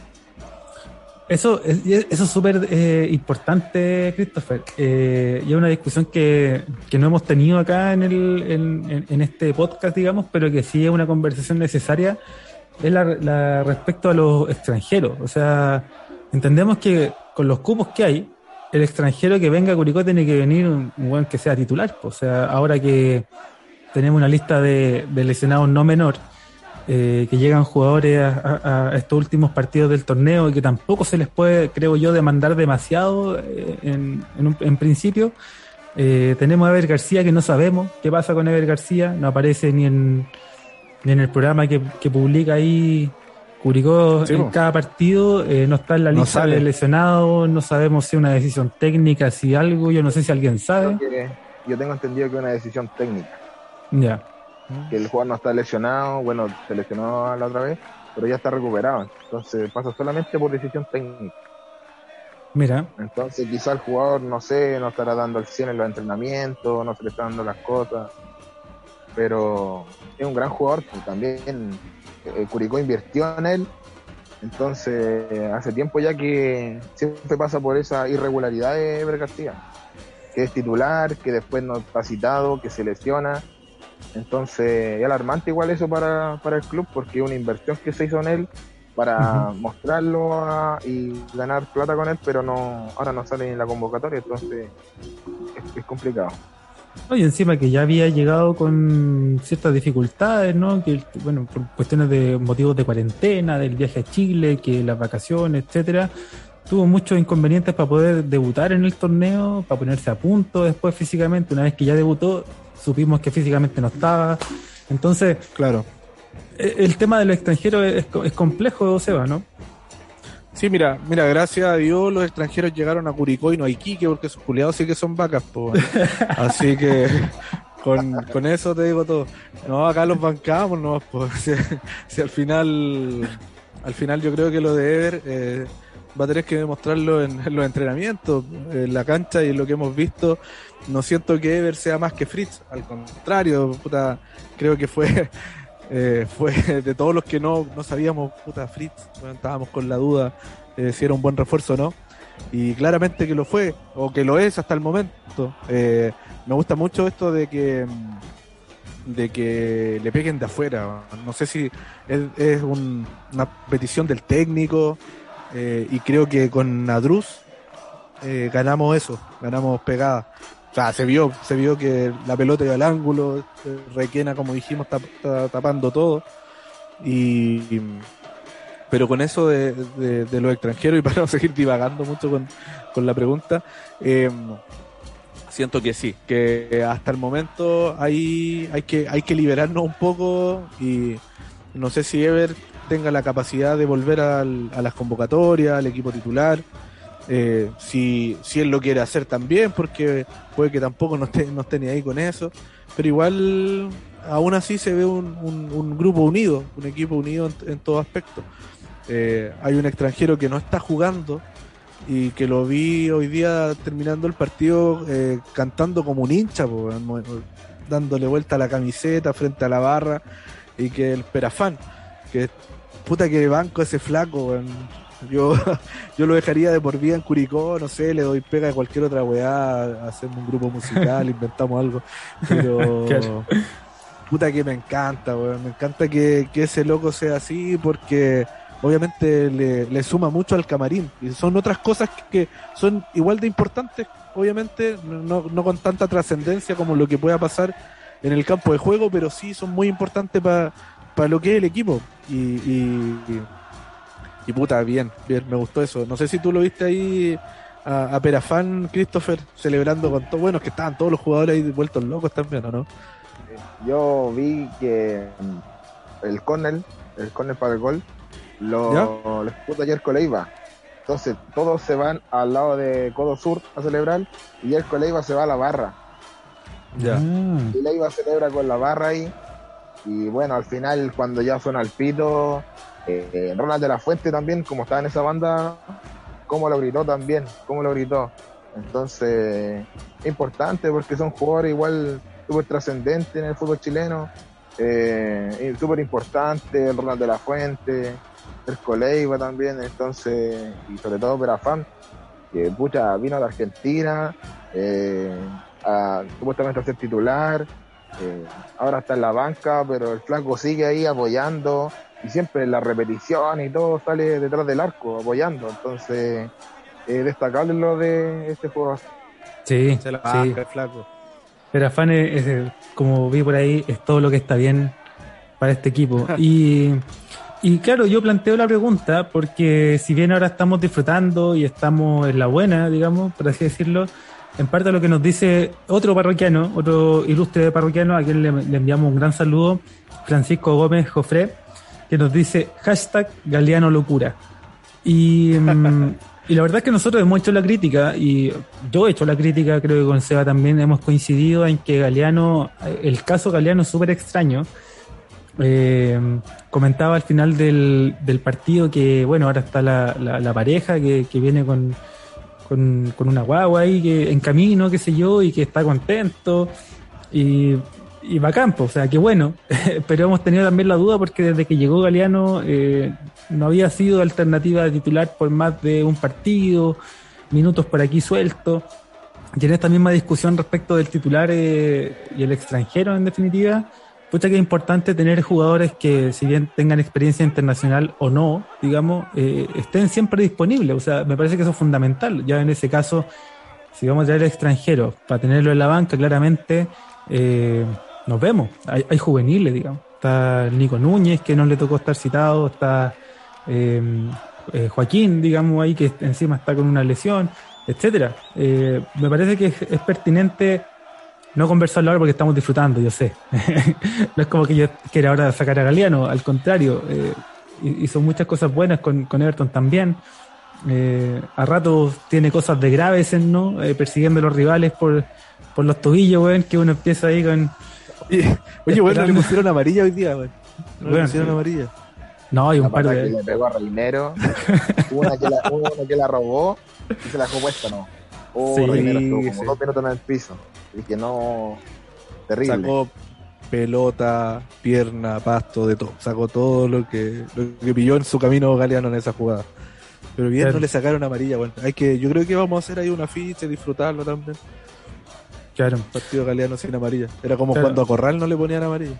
Speaker 1: Eso es eso es súper eh, importante, Christopher. Eh, y es una discusión que, que no hemos tenido acá en, el, en, en este podcast, digamos, pero que sí es una conversación necesaria, es la, la respecto a los extranjeros. O sea, entendemos que con los cupos que hay, el extranjero que venga a Curicó tiene que venir un buen que sea titular. O sea, ahora que tenemos una lista de, de lesionados no menor, eh, que llegan jugadores a, a, a estos últimos partidos del torneo y que tampoco se les puede, creo yo, demandar demasiado eh, en, en, un, en principio. Eh, tenemos a Ever García, que no sabemos qué pasa con Ever García, no aparece ni en, ni en el programa que, que publica ahí Curicó sí, en no. cada partido, eh, no está en la lista no de lesionados, no sabemos si es una decisión técnica, si algo, yo no sé si alguien sabe.
Speaker 3: Yo tengo entendido que es una decisión técnica.
Speaker 1: Ya. Yeah.
Speaker 3: Que el jugador no está lesionado, bueno, se lesionó la otra vez, pero ya está recuperado, entonces pasa solamente por decisión técnica.
Speaker 1: Mira.
Speaker 3: Entonces quizá el jugador, no sé, no estará dando el cien en los entrenamientos, no se le está dando las cosas, pero es un gran jugador, pues también eh, Curicó invirtió en él, entonces hace tiempo ya que siempre pasa por esa irregularidad de Ever García, que es titular, que después no está citado, que se lesiona. Entonces es alarmante igual eso para, para el club, porque es una inversión que se hizo en él para uh-huh. mostrarlo a, y ganar plata con él, pero no ahora no sale en la convocatoria, entonces es, es complicado.
Speaker 1: No, y encima que ya había llegado con ciertas dificultades, ¿no? Que bueno, por cuestiones de motivos de cuarentena, del viaje a Chile, que las vacaciones, etcétera, tuvo muchos inconvenientes para poder debutar en el torneo, para ponerse a punto después físicamente. Una vez que ya debutó, supimos que físicamente no estaba. Entonces,
Speaker 2: claro,
Speaker 1: el tema de los extranjeros es, es complejo, Seba, ¿no?
Speaker 2: Sí, mira, mira, gracias a Dios los extranjeros llegaron a Curicó y no a Iquique, porque esos culiados sí que son vacas, po. Así que con, con eso te digo todo. No, acá los bancamos, no, pues si, si al final, al final yo creo que lo de Ever eh, va a tener que demostrarlo en, en los entrenamientos, en la cancha y en lo que hemos visto. No siento que Ever sea más que Fritz, al contrario, puta, creo que fue eh, fue de todos los que no, no sabíamos, puta, Fritz, bueno, estábamos con la duda eh, si era un buen refuerzo o no, y claramente que lo fue, o que lo es hasta el momento. Eh, me gusta mucho esto de que de que le peguen de afuera, no sé si es, es un, una petición del técnico, eh, y creo que con Nadruz eh, ganamos eso, ganamos pegada. O sea, se vio, se vio que la pelota iba al ángulo, eh, Requena, como dijimos, tap, tap, tapando todo. Y pero con eso de, de, de los extranjeros, y para no seguir divagando mucho con, con la pregunta, eh, siento que sí, que hasta el momento hay, hay que, hay que liberarnos un poco, y no sé si Ever tenga la capacidad de volver al, a las convocatorias, al equipo titular. Eh, si, si él lo quiere hacer también, porque puede que tampoco no esté, no esté ni ahí con eso, pero igual aún así se ve un, un, un grupo unido, un equipo unido en, en todo aspecto. Eh, hay un extranjero que no está jugando y que lo vi hoy día terminando el partido eh, cantando como un hincha, po, dándole vuelta a la camiseta frente a la barra, y que el Perafán, que puta que banco ese flaco, weón. Yo, yo lo dejaría de por vida en Curicó, no sé, le doy pega a cualquier otra weá, hacemos un grupo musical, inventamos algo, pero claro. Puta que me encanta, weón, me encanta que, que ese loco sea así, porque obviamente le, le suma mucho al camarín, y son otras cosas que, que son igual de importantes, obviamente, no, no con tanta trascendencia como lo que pueda pasar en el campo de juego, pero sí son muy importantes para pa lo que es el equipo, y, y, y Y puta, bien, bien, me gustó eso. No sé si tú lo viste ahí a, a Perafán, Christopher, celebrando con todo. Bueno, es que estaban todos los jugadores ahí vueltos locos también, ¿o no?
Speaker 3: Yo vi que el córner, el córner para el gol, lo, lo ejecutó Jerko Leiva. Entonces todos se van al lado de Codo Sur a celebrar, y Jerko Leiva se va a la barra.
Speaker 2: Ya.
Speaker 3: Y Leiva celebra con la barra ahí. Y bueno, al final, cuando ya suena el pito, Eh, Ronald de la Fuente también, como estaba en esa banda, cómo lo gritó también, cómo lo gritó. Entonces, es importante porque son jugadores igual súper trascendentes en el fútbol chileno, eh, súper importante, el Ronald de la Fuente, el Coleiva también, entonces, y sobre todo Perafán, que pucha, vino de Argentina, eh, a, supuestamente a ser titular, eh, ahora está en la banca, pero el flaco sigue ahí apoyando, y siempre la repetición y todo sale detrás del arco apoyando, entonces es destacable lo de este jugador.
Speaker 1: Sí,
Speaker 2: se la
Speaker 1: sí.
Speaker 2: el flaco.
Speaker 1: Perafán es, es, como vi por ahí, es todo lo que está bien para este equipo. y, y claro, yo planteo la pregunta porque si bien ahora estamos disfrutando y estamos en la buena, digamos, por así decirlo, en parte lo que nos dice otro parroquiano, otro ilustre parroquiano, a quien le, le enviamos un gran saludo, Francisco Gómez Jofré, que nos dice hashtag Galeano Locura. Y, y la verdad es que nosotros hemos hecho la crítica, y yo he hecho la crítica, creo que con Seba también hemos coincidido en que Galeano, el caso Galeano es súper extraño. Eh, comentaba al final del, del partido que, bueno, ahora está la, la, la pareja que, que viene con, con, con una guagua ahí que, en camino, qué sé yo, y que está contento. Y... y bacán, o sea, qué bueno, pero hemos tenido también la duda porque desde que llegó Galeano eh, no había sido alternativa de titular por más de un partido, minutos por aquí sueltos, y en esta misma discusión respecto del titular eh, y el extranjero en definitiva, pucha que es importante tener jugadores que, si bien tengan experiencia internacional o no, digamos, eh, estén siempre disponibles, o sea, me parece que eso es fundamental. Ya en ese caso, si vamos a traer extranjeros para tenerlo en la banca, claramente eh, nos vemos, hay, hay juveniles, digamos. Está el Nico Núñez, que no le tocó estar citado, está eh, eh, Joaquín, digamos, ahí que encima está con una lesión, etcétera. Eh, me parece que es, es pertinente no conversarlo ahora porque estamos disfrutando, yo sé. No es como que yo quiera ahora sacar a Galeano, al contrario, eh, hizo muchas cosas buenas con, con Everton también, Eh, a ratos tiene cosas de graves, ¿no? Eh, persiguiendo a los rivales por, por los tobillos, weón, que uno empieza ahí con...
Speaker 2: Oye, oye bueno, le pusieron amarilla hoy día, weón. No
Speaker 1: Bueno,
Speaker 2: le pusieron amarilla.
Speaker 1: No, hay un
Speaker 3: La
Speaker 1: par
Speaker 3: patada
Speaker 1: de...
Speaker 3: que le pegó a Reinero. Hubo una que la, hubo una que la robó y se la dejó puesta, ¿no? Oh,
Speaker 1: Sí,
Speaker 3: Reinero estuvo como
Speaker 2: sí.
Speaker 3: dos minutos en el piso. Y que no... Terrible.
Speaker 2: Sacó pelota, pierna, pasto, de todo. Sacó todo lo que, lo que pilló en su camino Galeano en esa jugada. Pero bien,
Speaker 1: Claro.
Speaker 2: no le sacaron amarilla, bueno. Hay que, yo creo que vamos a hacer ahí una ficha y disfrutarlo también.
Speaker 1: Claro.
Speaker 2: Partido Galeano sin amarilla. Era como
Speaker 1: Claro.
Speaker 2: cuando a Corral no le ponían amarilla.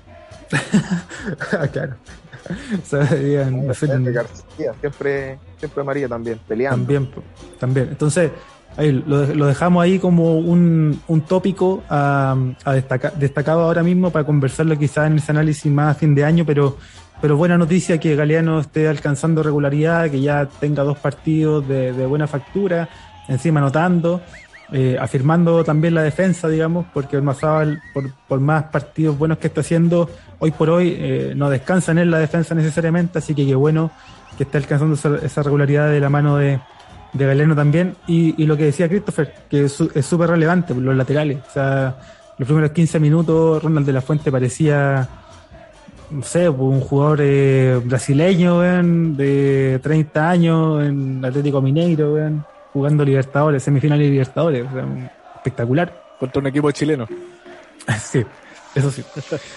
Speaker 1: Claro. O sea, deberían hacer un-
Speaker 3: García, siempre, siempre María también, peleando.
Speaker 1: También, po, también. Entonces, ahí lo, lo dejamos ahí como un, un tópico a, a destaca- destacado ahora mismo para conversarlo quizás en ese análisis más a fin de año, pero, pero buena noticia que Galeano esté alcanzando regularidad, que ya tenga dos partidos de, de buena factura, encima anotando, eh, afirmando también la defensa, digamos, porque Ormazábal, por, por más partidos buenos que está haciendo, hoy por hoy eh, no descansa en él la defensa necesariamente, así que qué bueno que esté alcanzando esa, esa regularidad de la mano de, de Galeano también. Y, y lo que decía Christopher, que es su- es súper relevante, los laterales. O sea, los primeros quince minutos, Ronald de la Fuente parecía, no sé, un jugador eh, brasileño, weón, de treinta años, en Atlético Mineiro, weón, jugando Libertadores, semifinales de Libertadores. O sea, un- espectacular.
Speaker 2: Contra un equipo chileno.
Speaker 1: Sí, eso sí.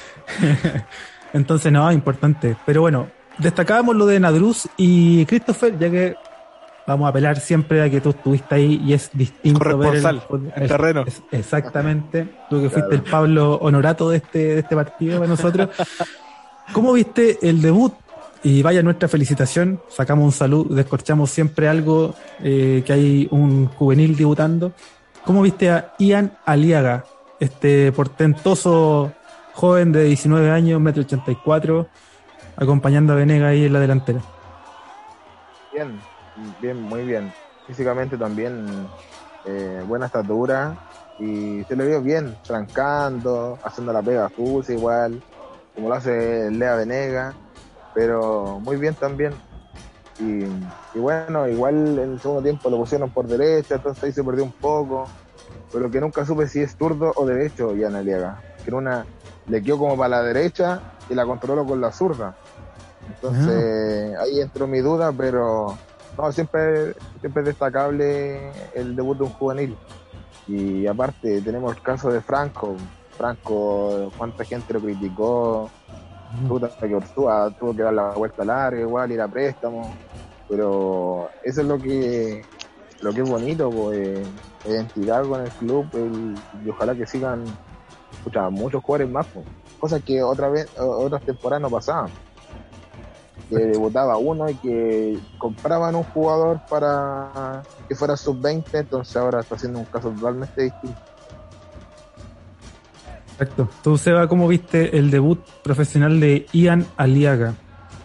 Speaker 1: Entonces, no, importante. Pero bueno, destacábamos lo de Nadruz y Christopher, ya que vamos a apelar siempre a que tú estuviste ahí y es distinto ver el,
Speaker 2: Corresponsal, en terreno.
Speaker 1: es- exactamente, tú que fuiste el Pablo Honorato de este, de este partido para nosotros. ¿Cómo viste el debut? Y vaya nuestra felicitación, sacamos un saludo, descorchamos siempre algo, eh, que hay un juvenil debutando. ¿Cómo viste a Ian Aliaga, este portentoso joven de diecinueve años, metro ochenta y cuatro, acompañando a Venega ahí en la delantera?
Speaker 3: Bien, bien, muy bien. Físicamente también eh, buena estatura y se le vio bien, trancando, haciendo la pega justa igual, como lo hace Lea Venega, pero muy bien también. Y, y bueno, igual en el segundo tiempo lo pusieron por derecha, entonces ahí se perdió un poco, pero que nunca supe si es zurdo o derecho Ian Aliaga, que en una le quedó como para la derecha y la controló con la zurda. Entonces ahí entró mi duda, pero no, siempre, siempre es destacable el debut de un juvenil. Y aparte tenemos el caso de Franco. Franco, cuánta gente lo criticó, puta, que Orsúa tuvo que dar la vuelta larga igual, ir a préstamo, pero eso es lo que lo que es bonito, pues, identidad con el club, el, y ojalá que sigan, escucha, muchos jugadores más, pues, cosas que otra vez, otras temporadas no pasaban, que debutaba uno y que compraban un jugador para que fuera sub veinte, entonces ahora está haciendo un caso totalmente distinto.
Speaker 1: Exacto. Tú, Seba, ¿cómo viste el debut profesional de Ian Aliaga?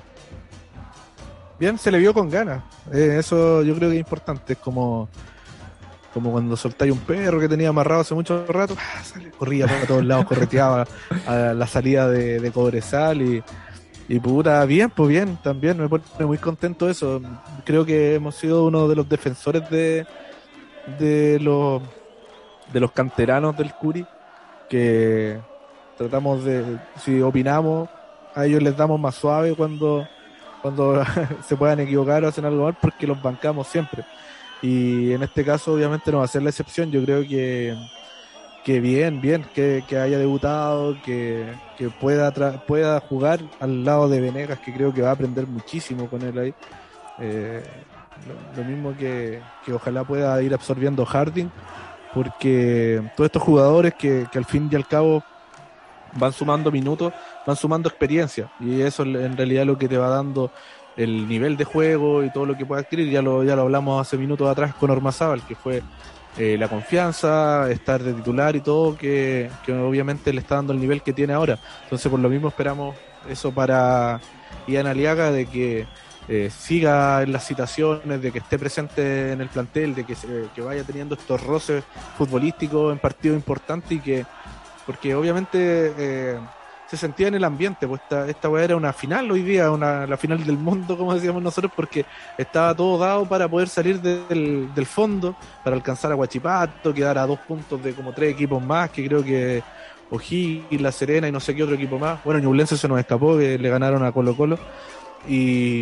Speaker 2: Bien, se le vio con ganas. Eh, eso yo creo que es importante. Es como, como cuando soltáis un perro que tenía amarrado hace mucho rato, ¡ah! Sale, corría por todos lados, correteaba a la salida de, de Cobresal y, y puta, bien, pues bien, también me pone muy contento eso. Creo que hemos sido uno de los defensores de, de los de los canteranos del Curi, que tratamos de, si opinamos, a ellos les damos más suave cuando cuando se puedan equivocar o hacen algo mal, porque los bancamos siempre, y en este caso obviamente no va a ser la excepción. Yo creo que que bien, bien, que, que haya debutado, que, que pueda tra- pueda jugar al lado de Venegas, que creo que va a aprender muchísimo con él ahí. Eh, lo, lo mismo que, que ojalá pueda ir absorbiendo Harding, porque todos estos jugadores que, que al fin y al cabo van sumando minutos, van sumando experiencia, y eso es en realidad lo que te va dando el nivel de juego y todo lo que pueda adquirir. Ya lo, ya lo hablamos hace minutos atrás con Ormazábal, que fue eh, la confianza, estar de titular y todo, que, que obviamente le está dando el nivel que tiene ahora. Entonces por lo mismo esperamos eso para Ian Aliaga, de que eh, siga en las citaciones, de que esté presente en el plantel, de que, se, que vaya teniendo estos roces futbolísticos en partidos importantes, y que, porque obviamente eh, se sentía en el ambiente, pues esta, esta weá era una final hoy día, una, la final del mundo, como decíamos nosotros, porque estaba todo dado para poder salir de, del, del fondo, para alcanzar a Huachipato, quedar a dos puntos de como tres equipos más, que creo que O'Higgins, La Serena y no sé qué otro equipo más. Bueno, Ñublense se nos escapó, que le ganaron a Colo Colo. Y,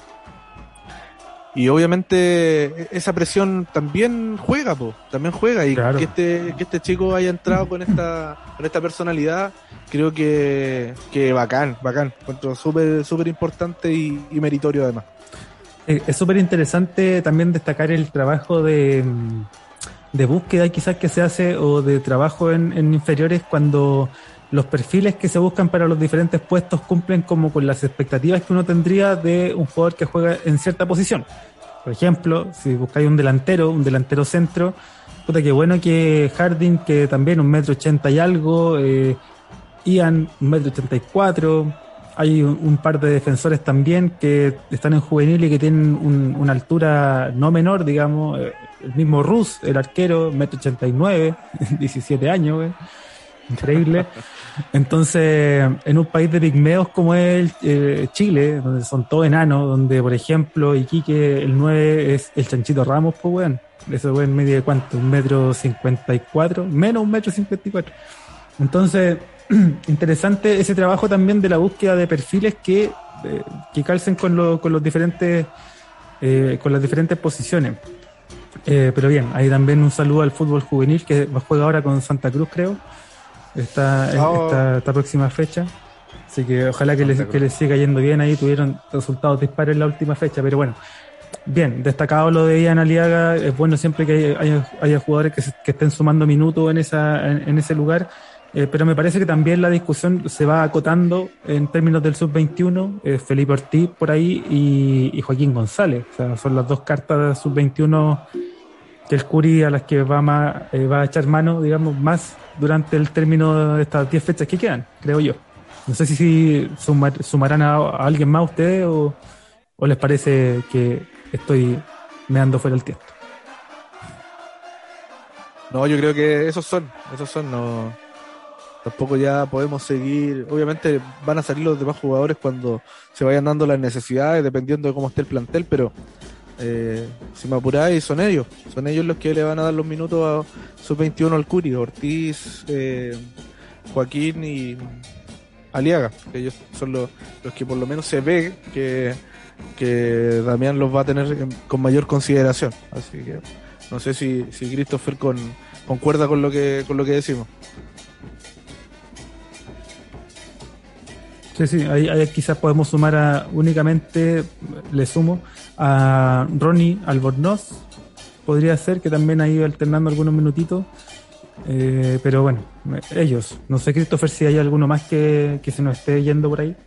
Speaker 2: y obviamente esa presión también juega, po, también juega. Y claro, que este, que este chico haya entrado con esta, con esta personalidad, creo que, que bacán, bacán. Encuentro súper, súper importante y, y meritorio además.
Speaker 1: Es súper interesante también destacar el trabajo de, de búsqueda quizás que se hace o de trabajo en, en inferiores cuando los perfiles que se buscan para los diferentes puestos cumplen como con las expectativas que uno tendría de un jugador que juega en cierta posición. Por ejemplo, si buscáis un delantero, un delantero centro, puta que bueno que Harding, que también un metro ochenta y algo, eh, Ian, un metro ochenta y cuatro, hay un, un par de defensores también que están en juvenil y que tienen un, una altura no menor, digamos, eh, el mismo Rus, el arquero, metro ochenta y nueve, diecisiete años, güey. Increíble. Entonces, en un país de pigmeos como es eh, Chile, donde son todos enanos, donde, por ejemplo, Iquique, el nueve es el Chanchito Ramos, pues, weón. Eso, weón, medio de cuánto, un metro cincuenta y cuatro, menos un metro cincuenta y cuatro. Entonces, interesante ese trabajo también de la búsqueda de perfiles que, eh, que calcen con, lo, con los diferentes, eh, con las diferentes posiciones. Eh, pero bien, ahí también un saludo al fútbol juvenil que juega ahora con Santa Cruz, creo. Esta, oh. esta, esta próxima fecha, así que ojalá que les, que les siga yendo bien. Ahí tuvieron resultados dispares en la última fecha, pero bueno, bien, destacado lo de Ian Aliaga. Es bueno siempre que haya, haya jugadores que, se, que estén sumando minutos en, esa, en, en ese lugar, eh, pero me parece que también la discusión se va acotando en términos del sub veintiuno, eh, Felipe Ortiz por ahí y, y Joaquín González. O sea, son las dos cartas de sub veintiuno que el Curi a las que va, más, eh, va a echar mano, digamos, más durante el término de estas diez fechas que quedan, creo yo. No sé si, si sumar, sumarán a, a alguien más ustedes o, o les parece que estoy meando fuera el tiempo.
Speaker 2: No, yo creo que esos son, esos son, no, tampoco ya podemos seguir. Obviamente van a salir los demás jugadores cuando se vayan dando las necesidades, dependiendo de cómo esté el plantel, pero Eh, si me apuráis, son ellos, son ellos los que le van a dar los minutos a sub veintiuno al Curi, Ortiz, eh, Joaquín y Aliaga, que ellos son los, los que por lo menos se ve que, que Damián los va a tener en, con mayor consideración. Así que no sé si, si Christopher con, concuerda con lo que con lo que decimos.
Speaker 1: Sí, sí, ahí, ahí quizás podemos sumar a, únicamente, le sumo, a Ronnie Albornoz, podría ser, que también ha ido alternando algunos minutitos, eh, pero bueno, ellos, no sé, Christopher, si hay alguno más que, que se nos esté yendo por ahí.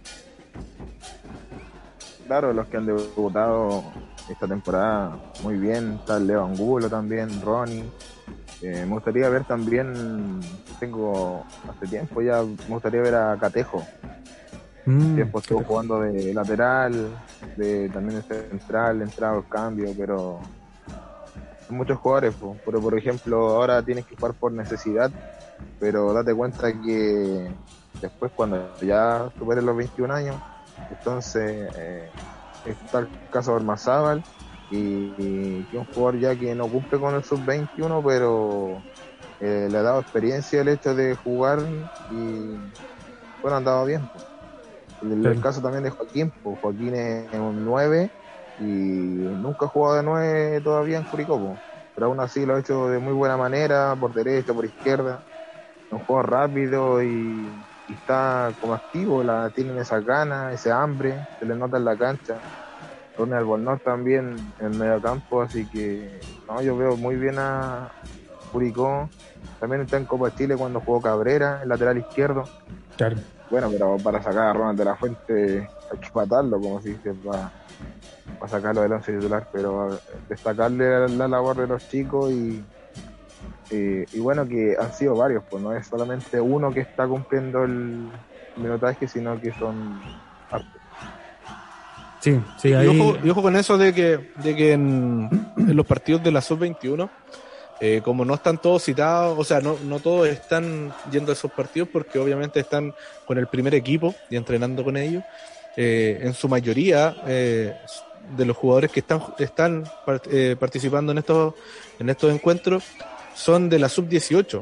Speaker 3: Claro, los que han debutado esta temporada muy bien, está Leo Angulo también, Ronnie. Eh, me gustaría ver también, tengo hace tiempo ya, me gustaría ver a Catejo. Mm, tiempo estuvo jugando de lateral, de también de central, entrado al cambio, pero hay muchos jugadores, po. Pero por ejemplo ahora tienes que jugar por necesidad, pero date cuenta que después cuando ya superes los veintiún años, entonces eh, está el caso de Ormazábal y, y que es un jugador ya que no cumple con el sub veintiuno, pero eh, le ha dado experiencia el hecho de jugar y bueno, han dado bien, po. El, el caso también de Joaquín, pues Joaquín es un nueve y nunca ha jugado de nueve todavía en Curicó, pues. Pero aún así lo ha hecho de muy buena manera, por derecha, por izquierda. Es un juego rápido y, y está como activo, la, tienen esa ganas, ese hambre, se le nota en la cancha. Ronnie Albornoz también en el mediocampo, así que no, yo veo muy bien a Curicó. También está en Copa Chile cuando jugó Cabrera, el lateral izquierdo.
Speaker 1: Claro.
Speaker 3: Bueno, pero para sacar a Ronald de la Fuente hay que matarlo, como se dice, para, para sacarlo del once titular, pero destacarle la, la labor de los chicos y, y, y bueno, que han sido varios, pues no es solamente uno que está cumpliendo el minutaje, sino que son hartos.
Speaker 1: Sí, sí, ahí...
Speaker 2: y, ojo, y ojo con eso de que, de que en, en los partidos de la sub veintiuno Eh, como no están todos citados, o sea, no, no todos están yendo a esos partidos porque obviamente están con el primer equipo y entrenando con ellos, eh, en su mayoría eh, de los jugadores que están, están eh, participando en estos, en estos encuentros son de la sub dieciocho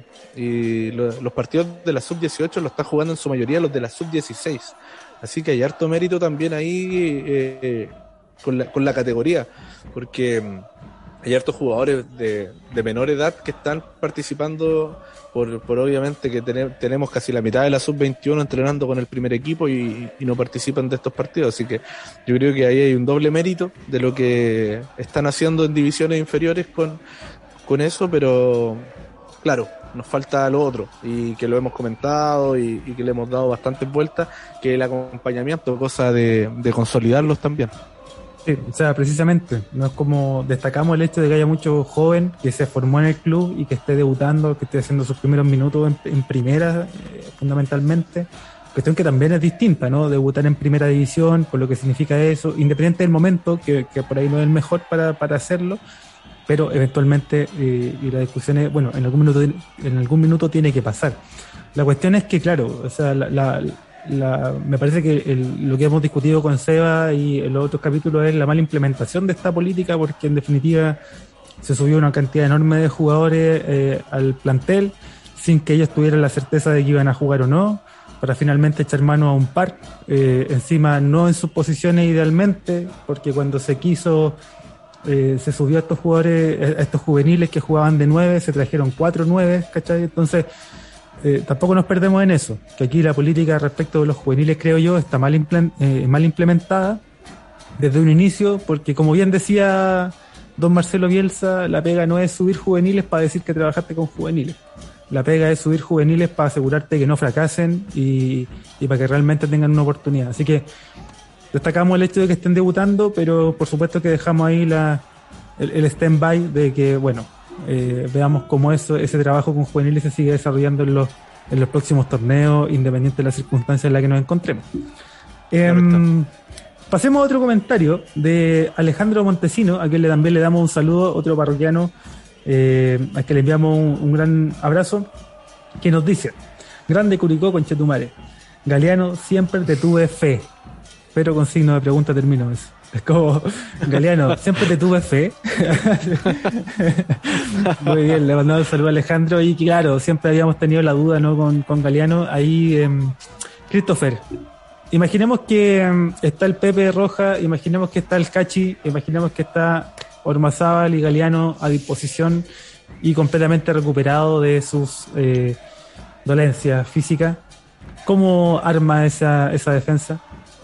Speaker 2: y lo, los partidos de la sub dieciocho los están jugando en su mayoría los de la sub dieciséis, así que hay harto mérito también ahí eh, con, la, con la categoría, porque hay hartos jugadores de, de menor edad que están participando por, por obviamente que ten, tenemos casi la mitad de la sub veintiuno entrenando con el primer equipo y, y no participan de estos partidos, así que yo creo que ahí hay un doble mérito de lo que están haciendo en divisiones inferiores con, con eso, pero claro, nos falta lo otro y que lo hemos comentado y, y que le hemos dado bastantes vueltas, que es el acompañamiento, cosa de, de consolidarlos también.
Speaker 1: Sí, o sea, precisamente, no es como destacamos el hecho de que haya mucho joven que se formó en el club y que esté debutando, que esté haciendo sus primeros minutos en, en primera, eh, fundamentalmente, cuestión que también es distinta, ¿no? Debutar en primera división, por lo que significa eso, independiente del momento, que, que por ahí no es el mejor para, para hacerlo, pero eventualmente, eh, y la discusión es, bueno, en algún minuto, en algún minuto tiene que pasar. La cuestión es que, claro, o sea, la, la La, me parece que el, lo que hemos discutido con Seba y en los otros capítulos es la mala implementación de esta política, porque en definitiva se subió una cantidad enorme de jugadores eh, al plantel sin que ellos tuvieran la certeza de que iban a jugar o no, para finalmente echar mano a un par, eh, encima no en sus posiciones idealmente, porque cuando se quiso eh, se subió a estos jugadores, a estos juveniles que jugaban de nueve, se trajeron cuatro nueve, ¿cachai? Entonces Eh, tampoco nos perdemos en eso, que aquí la política respecto de los juveniles, creo yo, está mal, impl- eh, mal implementada desde un inicio, porque como bien decía don Marcelo Bielsa, la pega no es subir juveniles para decir que trabajaste con juveniles, la pega es subir juveniles para asegurarte que no fracasen y, y para que realmente tengan una oportunidad. Así que destacamos el hecho de que estén debutando, pero por supuesto que dejamos ahí la, el, el stand-by de que, bueno, Eh, veamos cómo eso, ese trabajo con juveniles se sigue desarrollando en los, en los próximos torneos, independiente de las circunstancias en las que nos encontremos. Eh, pasemos a otro comentario de Alejandro Montesino, a quien le, también le damos un saludo, otro parroquiano, eh, a quien le enviamos un, un gran abrazo, que nos dice: grande Curicó, conchetumare, Galeano, siempre te tuve fe, pero con signo de pregunta termino eso. Es como, Galeano, siempre te tuve fe. Muy bien, le mandamos un saludo a Alejandro. Y claro, siempre habíamos tenido la duda, ¿no? Con, con Galeano. Ahí, eh, Christopher, imaginemos que eh, está el Pepe Roja, imaginemos que está el Cachi, imaginemos que está Ormazábal y Galeano a disposición y completamente recuperado de sus eh, dolencias físicas. ¿Cómo arma esa, esa defensa?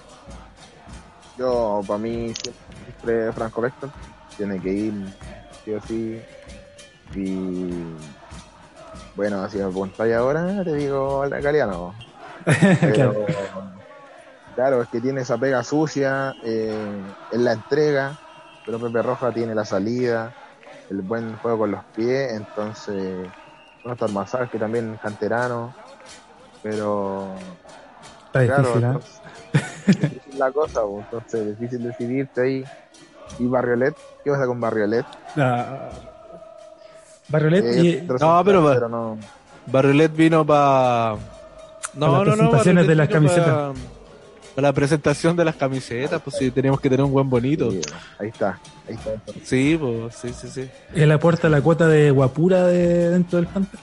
Speaker 3: Yo, para mí, siempre Franco Vector tiene que ir, sí o sí. Y bueno, si me preguntáis ahora, te digo Galeano. Pero claro, es que tiene esa pega sucia eh, en la entrega, pero Pepe Roja tiene la salida, el buen juego con los pies, entonces, bueno, está Ormazábal, que también es canterano, pero
Speaker 1: está
Speaker 3: claro,
Speaker 1: difícil, ¿eh?
Speaker 3: entonces, difícil la cosa, pues, entonces es difícil decidirte ahí. Y Barriolet, ¿qué pasa con Barriolet?
Speaker 1: Ah, Barriolet
Speaker 3: Eh,
Speaker 1: y
Speaker 2: No, pero,
Speaker 3: pero no.
Speaker 2: Barriolet vino para... No,
Speaker 1: para las
Speaker 2: no, no,
Speaker 1: presentaciones de las
Speaker 2: vino
Speaker 1: camisetas.
Speaker 2: Para pa la presentación de las camisetas, pues sí, tenemos que tener un buen bonito.
Speaker 3: Sí, ahí está, ahí está.
Speaker 2: Sí, pues, sí, sí, sí.
Speaker 1: Él aporta la cuota de guapura de dentro del Panther.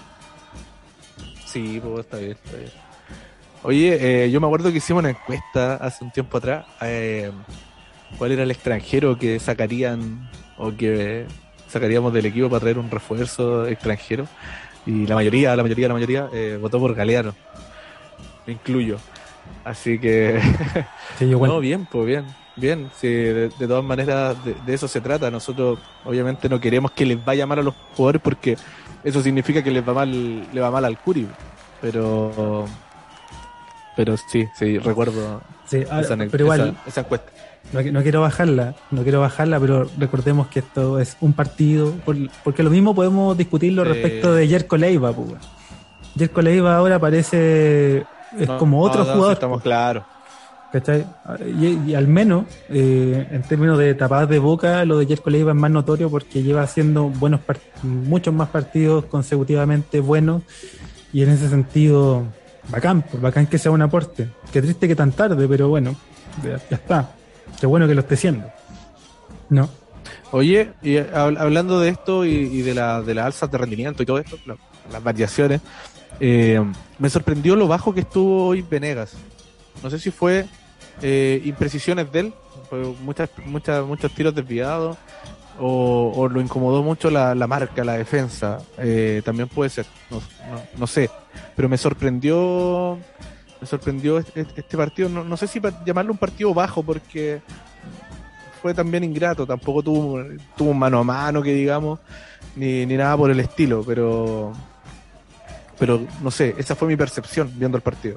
Speaker 2: Sí, pues está bien, está bien. Oye, eh, yo me acuerdo que hicimos una encuesta hace un tiempo atrás. Eh, ¿Cuál era el extranjero que sacarían o que sacaríamos del equipo para traer un refuerzo extranjero? Y la mayoría, la mayoría, la mayoría eh, votó por Galeano. Me incluyo. Así que...
Speaker 1: Sí, yo
Speaker 2: no, bien, pues bien. Bien, sí, de, de todas maneras de, de eso se trata. Nosotros obviamente no queremos que les vaya mal a los jugadores porque eso significa que les va mal, le va mal al Curi. Pero... Pero sí, sí, recuerdo
Speaker 1: sí, ahora,
Speaker 2: esa,
Speaker 1: pero igual,
Speaker 2: esa, esa encuesta.
Speaker 1: No, no quiero bajarla, no quiero bajarla, pero recordemos que esto es un partido, por, porque lo mismo podemos discutirlo
Speaker 2: Eh,
Speaker 1: respecto de Jerko Leiva, pues. Jerko Leiva ahora parece es
Speaker 2: no,
Speaker 1: como otro
Speaker 2: no, no,
Speaker 1: jugador.
Speaker 2: sí, estamos
Speaker 1: pues.
Speaker 2: claros.
Speaker 1: ¿cachai? Y, y al menos, eh, en términos de tapadas de boca, lo de Jerko Leiva es más notorio porque lleva haciendo buenos part- muchos más partidos consecutivamente buenos, y en ese sentido, bacán, pues bacán que sea un aporte. Qué triste que tan tarde, pero bueno, ya, ya está. Qué bueno que lo esté haciendo. ¿No?
Speaker 2: Oye, y hab- hablando de esto y, y de la de las alzas de rendimiento y todo esto, la- las variaciones, eh, me sorprendió lo bajo que estuvo hoy Venegas. No sé si fue eh, imprecisiones de él, fue muchas, muchas, muchos tiros desviados, o, o lo incomodó mucho la, la marca, la defensa. Eh, también puede ser, no, no, no sé. Pero me sorprendió, me sorprendió este, este partido. No, no sé si para llamarlo un partido bajo, porque fue también ingrato. Tampoco tuvo, tuvo un mano a mano, que digamos, ni, ni nada por el estilo. Pero, pero no sé, esa fue mi percepción viendo el partido.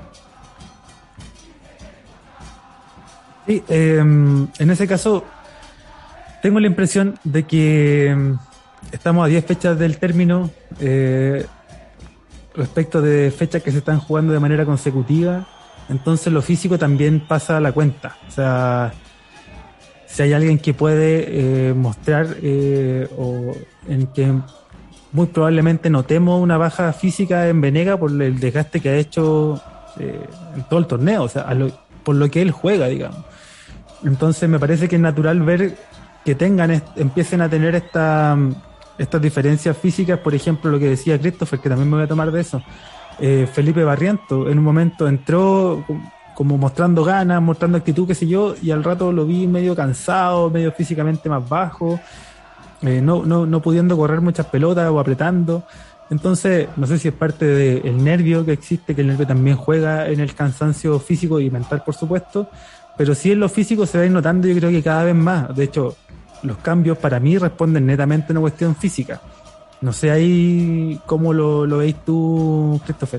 Speaker 1: Sí, eh, en ese caso, tengo la impresión de que eh, estamos a diez fechas del término, eh, respecto de fechas que se están jugando de manera consecutiva, entonces lo físico también pasa a la cuenta. O sea, si hay alguien que puede eh, mostrar eh, o en que muy probablemente notemos una baja física en Venega por el desgaste que ha hecho eh, en todo el torneo, o sea, a lo, por lo que él juega, digamos. Entonces me parece que es natural ver que tengan, est- empiecen a tener esta, estas diferencias físicas. Por ejemplo, lo que decía Christopher, que también me voy a tomar de eso. Eh, Felipe Barriento en un momento entró com- como mostrando ganas, mostrando actitud, qué sé yo, y al rato lo vi medio cansado, medio físicamente más bajo, eh, no, no, no pudiendo correr muchas pelotas o apretando. Entonces, no sé si es parte del nervio que existe, que el nervio también juega en el cansancio físico y mental, por supuesto, pero sí en lo físico se va a ir notando, yo creo que cada vez más. De hecho, los cambios para mí responden netamente a una cuestión física. No sé ahí cómo lo, lo veis tú, Christopher.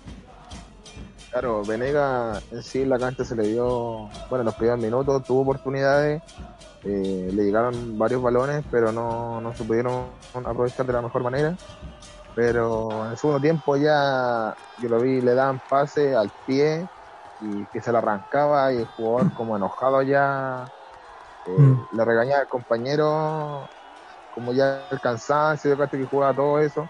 Speaker 3: Claro, Venega en sí en la cancha se le dio, bueno, en los primeros minutos tuvo oportunidades, eh, le llegaron varios balones, pero no, no se pudieron aprovechar de la mejor manera. Pero en el segundo tiempo ya yo lo vi, le daban pase al pie y que se le arrancaba, y el jugador como enojado ya eh,
Speaker 1: Mm,
Speaker 3: le regañaba al compañero, como ya el cansancio, yo creo que jugaba todo eso.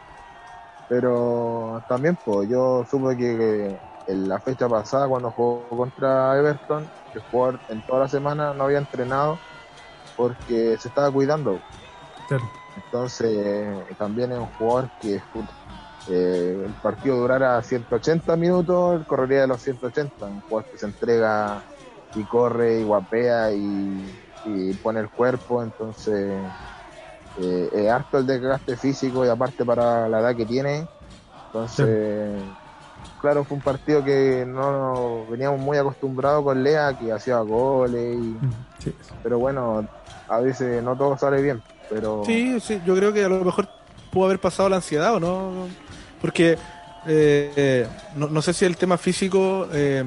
Speaker 3: Pero también pues yo supe que en la fecha pasada cuando jugó contra Everton, el jugador en toda la semana no había entrenado porque se estaba cuidando.
Speaker 1: claro.
Speaker 3: Entonces eh, también es un jugador que puta, eh, el partido durara ciento ochenta minutos, él correría de los ciento ochenta, un jugador que se entrega y corre y guapea y, y pone el cuerpo. Entonces eh, es harto el desgaste físico, y aparte para la edad que tiene.
Speaker 1: Claro.
Speaker 3: Entonces, claro, fue un partido que no veníamos muy acostumbrados con Lea, que hacía goles, y,
Speaker 1: Mm, sí.
Speaker 3: pero bueno, a veces no todo sale bien, pero
Speaker 2: Sí, sí, yo creo que a lo mejor pudo haber pasado la ansiedad, ¿o no? Porque eh, eh, no, no sé si el tema físico, eh,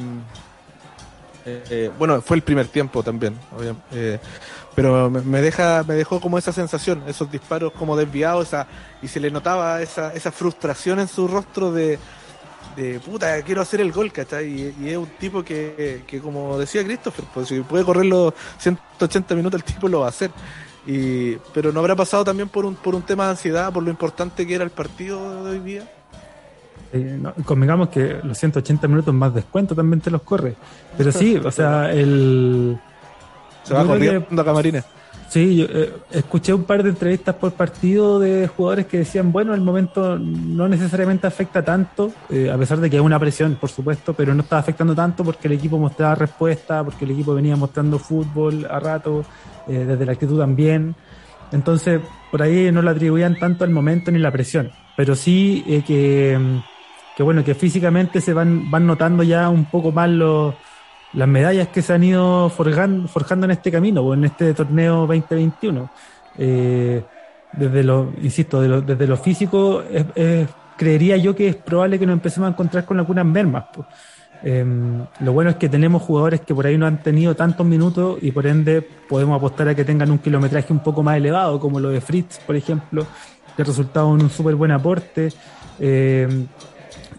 Speaker 2: eh, eh, bueno, fue el primer tiempo también, obvia- eh, pero me, me deja, me dejó como esa sensación, esos disparos como desviados, esa, y se le notaba esa, esa frustración en su rostro de, de puta, quiero hacer el gol, ¿cachai? Y, y es un tipo que, que, como decía Christopher, pues si puede correr los ciento ochenta minutos, el tipo lo va a hacer. Y, pero no habrá pasado también por un, por un tema de ansiedad, por lo importante que era el partido de hoy día.
Speaker 1: Eh, no, convengamos que los ciento ochenta minutos más descuento también te los corre. Pero sí, o sea, el...
Speaker 2: Se
Speaker 1: Yo
Speaker 2: va
Speaker 1: creo
Speaker 2: corriendo
Speaker 1: que
Speaker 2: a Camarines.
Speaker 1: sí, yo eh, escuché un par de entrevistas por partido de jugadores que decían, bueno, el momento no necesariamente afecta tanto, eh, a pesar de que hay una presión, por supuesto, pero no estaba afectando tanto porque el equipo mostraba respuesta, porque el equipo venía mostrando fútbol a rato, eh, desde la actitud también. Entonces, por ahí no le atribuían tanto al momento ni la presión, pero sí eh, que, mm, que, bueno, que físicamente se van, van notando ya un poco más los las medallas que se han ido forjando, forjando en este camino, o en este torneo veinte veintiuno. Eh, desde lo, insisto, de lo, desde lo físico, es, es, creería yo que es probable que nos empecemos a encontrar con algunas mermas. Pues. Eh, lo bueno es que tenemos jugadores que por ahí no han tenido tantos minutos y por ende podemos apostar a que tengan un kilometraje un poco más elevado, como lo de Fritz, por ejemplo, que ha resultado en un súper buen aporte. Eh,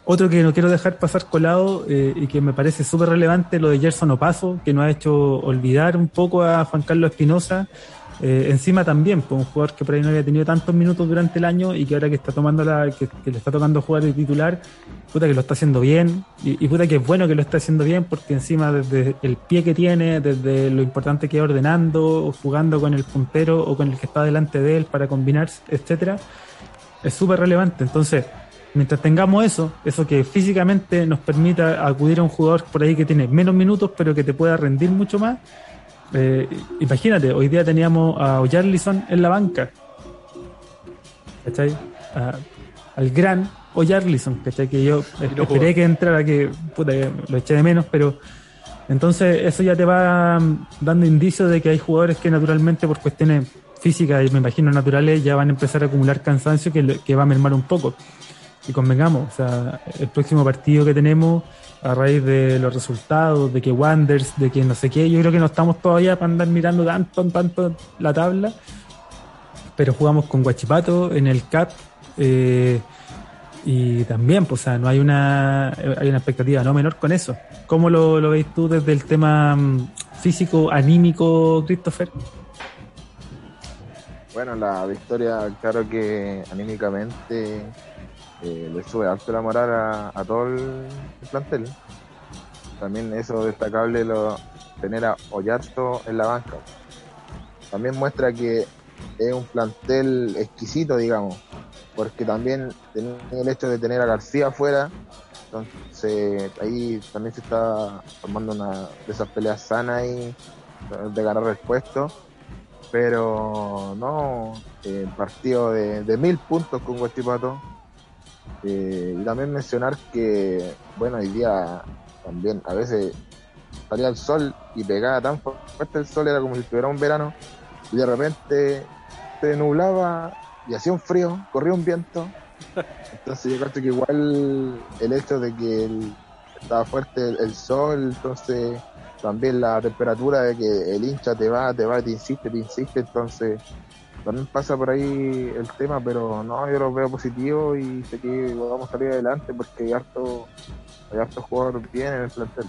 Speaker 1: otro que no quiero dejar pasar colado eh, y que me parece súper relevante, lo de Gerson Opaso, que nos ha hecho olvidar un poco a Juan Carlos Espinosa. Eh, encima también, pues un jugador que por ahí no había tenido tantos minutos durante el año y que ahora que está tomando la, que, que le está tocando jugar de titular, puta que lo está haciendo bien, y, y puta que es bueno que lo está haciendo bien, porque encima desde el pie que tiene, desde lo importante que es ordenando, o jugando con el puntero o con el que está delante de él para combinar, etcétera, es súper relevante. Entonces, mientras tengamos eso, eso que físicamente nos permita acudir a un jugador por ahí que tiene menos minutos, pero que te pueda rendir mucho más. Eh, imagínate, hoy día teníamos a Oyarlison en la banca, ¿cachai? A, al gran Oyarlison, ¿cachai? Que yo no esperé jugó. Que entrara, que puta, lo eché de menos, pero entonces eso ya te va dando indicios de que hay jugadores que naturalmente por cuestiones físicas y me imagino naturales ya van a empezar a acumular cansancio que, que va a mermar un poco. Y convengamos, o sea, el próximo partido que tenemos a raíz de los resultados, de que Wanderers, de que no sé qué, yo creo que no estamos todavía para andar mirando tanto, tanto la tabla, pero jugamos con Huachipato en el C A P, eh, y también, pues, o sea, no hay una hay una expectativa no menor con eso. ¿Cómo lo, lo veis tú desde el tema físico, anímico, Christopher?
Speaker 3: Bueno, la victoria, claro que anímicamente Eh, le sube alto la moral a, a todo el, el plantel. También eso destacable lo, tener a Oyarto en la banca. También muestra que es un plantel exquisito, digamos, porque también el hecho de tener a García afuera, entonces ahí también se está formando una de esas peleas sanas y de ganar el puesto. Pero no, eh, partido de, de mil puntos con Huachipato. Eh, y también mencionar que, bueno, hoy día también a veces salía el sol y pegaba tan fuerte el sol, era como si estuviera un verano, y de repente se nublaba y hacía un frío, corría un viento. Entonces yo creo que igual el hecho de que el, estaba fuerte el, el sol, entonces también la temperatura de que el hincha te va, te va, te insiste, te insiste, entonces también pasa por ahí el tema, pero no, yo lo veo positivo y sé que vamos a salir adelante porque hay harto, hay harto jugador bien en el plantel.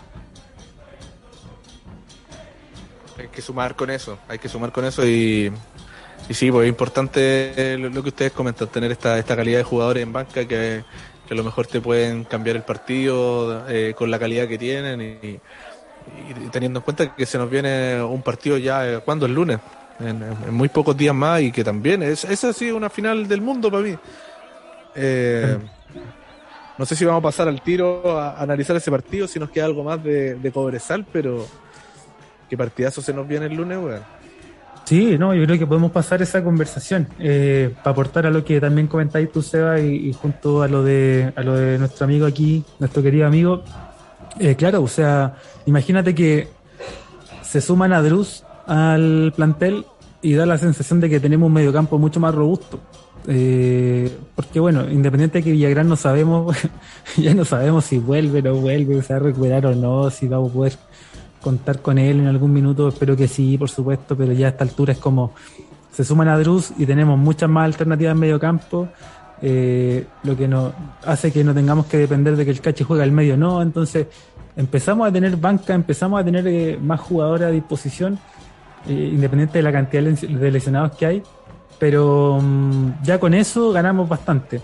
Speaker 2: Hay que sumar con eso, hay que sumar con eso y, y sí, pues es importante lo, lo que ustedes comentan, tener esta, esta calidad de jugadores en banca que, que a lo mejor te pueden cambiar el partido eh, con la calidad que tienen y, y teniendo en cuenta que se nos viene un partido ya, eh, ¿cuándo? El lunes. En, en muy pocos días más y que también es, es así una final del mundo para mí. Eh, no sé si vamos a pasar al tiro a, a analizar ese partido, si nos queda algo más de, de Cobresal, pero qué partidazo se nos viene el lunes, weón.
Speaker 1: Sí, no, yo creo que podemos pasar esa conversación eh, para aportar a lo que también comentáis tú, Seba, y, y junto a lo de a lo de nuestro amigo aquí, nuestro querido amigo. Eh, claro, o sea, imagínate que se suman a Drus al plantel y da la sensación de que tenemos un mediocampo mucho más robusto, eh, porque bueno, independiente de que Villagrán no sabemos ya no sabemos si vuelve o no vuelve, se va a recuperar o no, si vamos a poder contar con él en algún minuto, espero que sí, por supuesto, pero ya a esta altura es como se suman a Drus y tenemos muchas más alternativas en mediocampo, eh, lo que nos hace que no tengamos que depender de que el Cachi juegue al medio, no, entonces empezamos a tener banca, empezamos a tener eh, más jugadores a disposición, Eh, independiente de la cantidad de lesionados que hay, pero um, ya con eso ganamos bastante.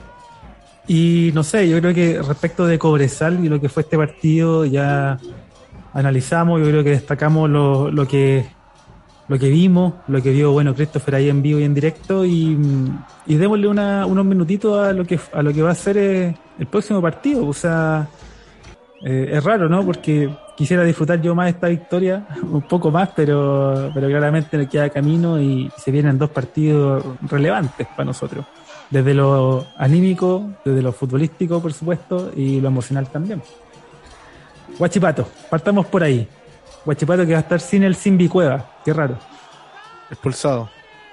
Speaker 1: Y no sé, yo creo que respecto de Cobresal y lo que fue este partido, ya analizamos, yo creo que destacamos lo, lo que lo que vimos, lo que vio bueno Christopher ahí en vivo y en directo, y, y démosle una, unos minutitos a lo que a lo que va a ser eh, el próximo partido. O sea, eh, es raro, ¿no? Porque quisiera disfrutar yo más esta victoria, un poco más, pero, pero claramente nos queda camino y se vienen dos partidos relevantes para nosotros. Desde lo anímico, desde lo futbolístico, por supuesto, y lo emocional también. Huachipato, partamos por ahí. Huachipato que va a estar sin el Simbi Cueva, qué raro.
Speaker 2: Expulsado.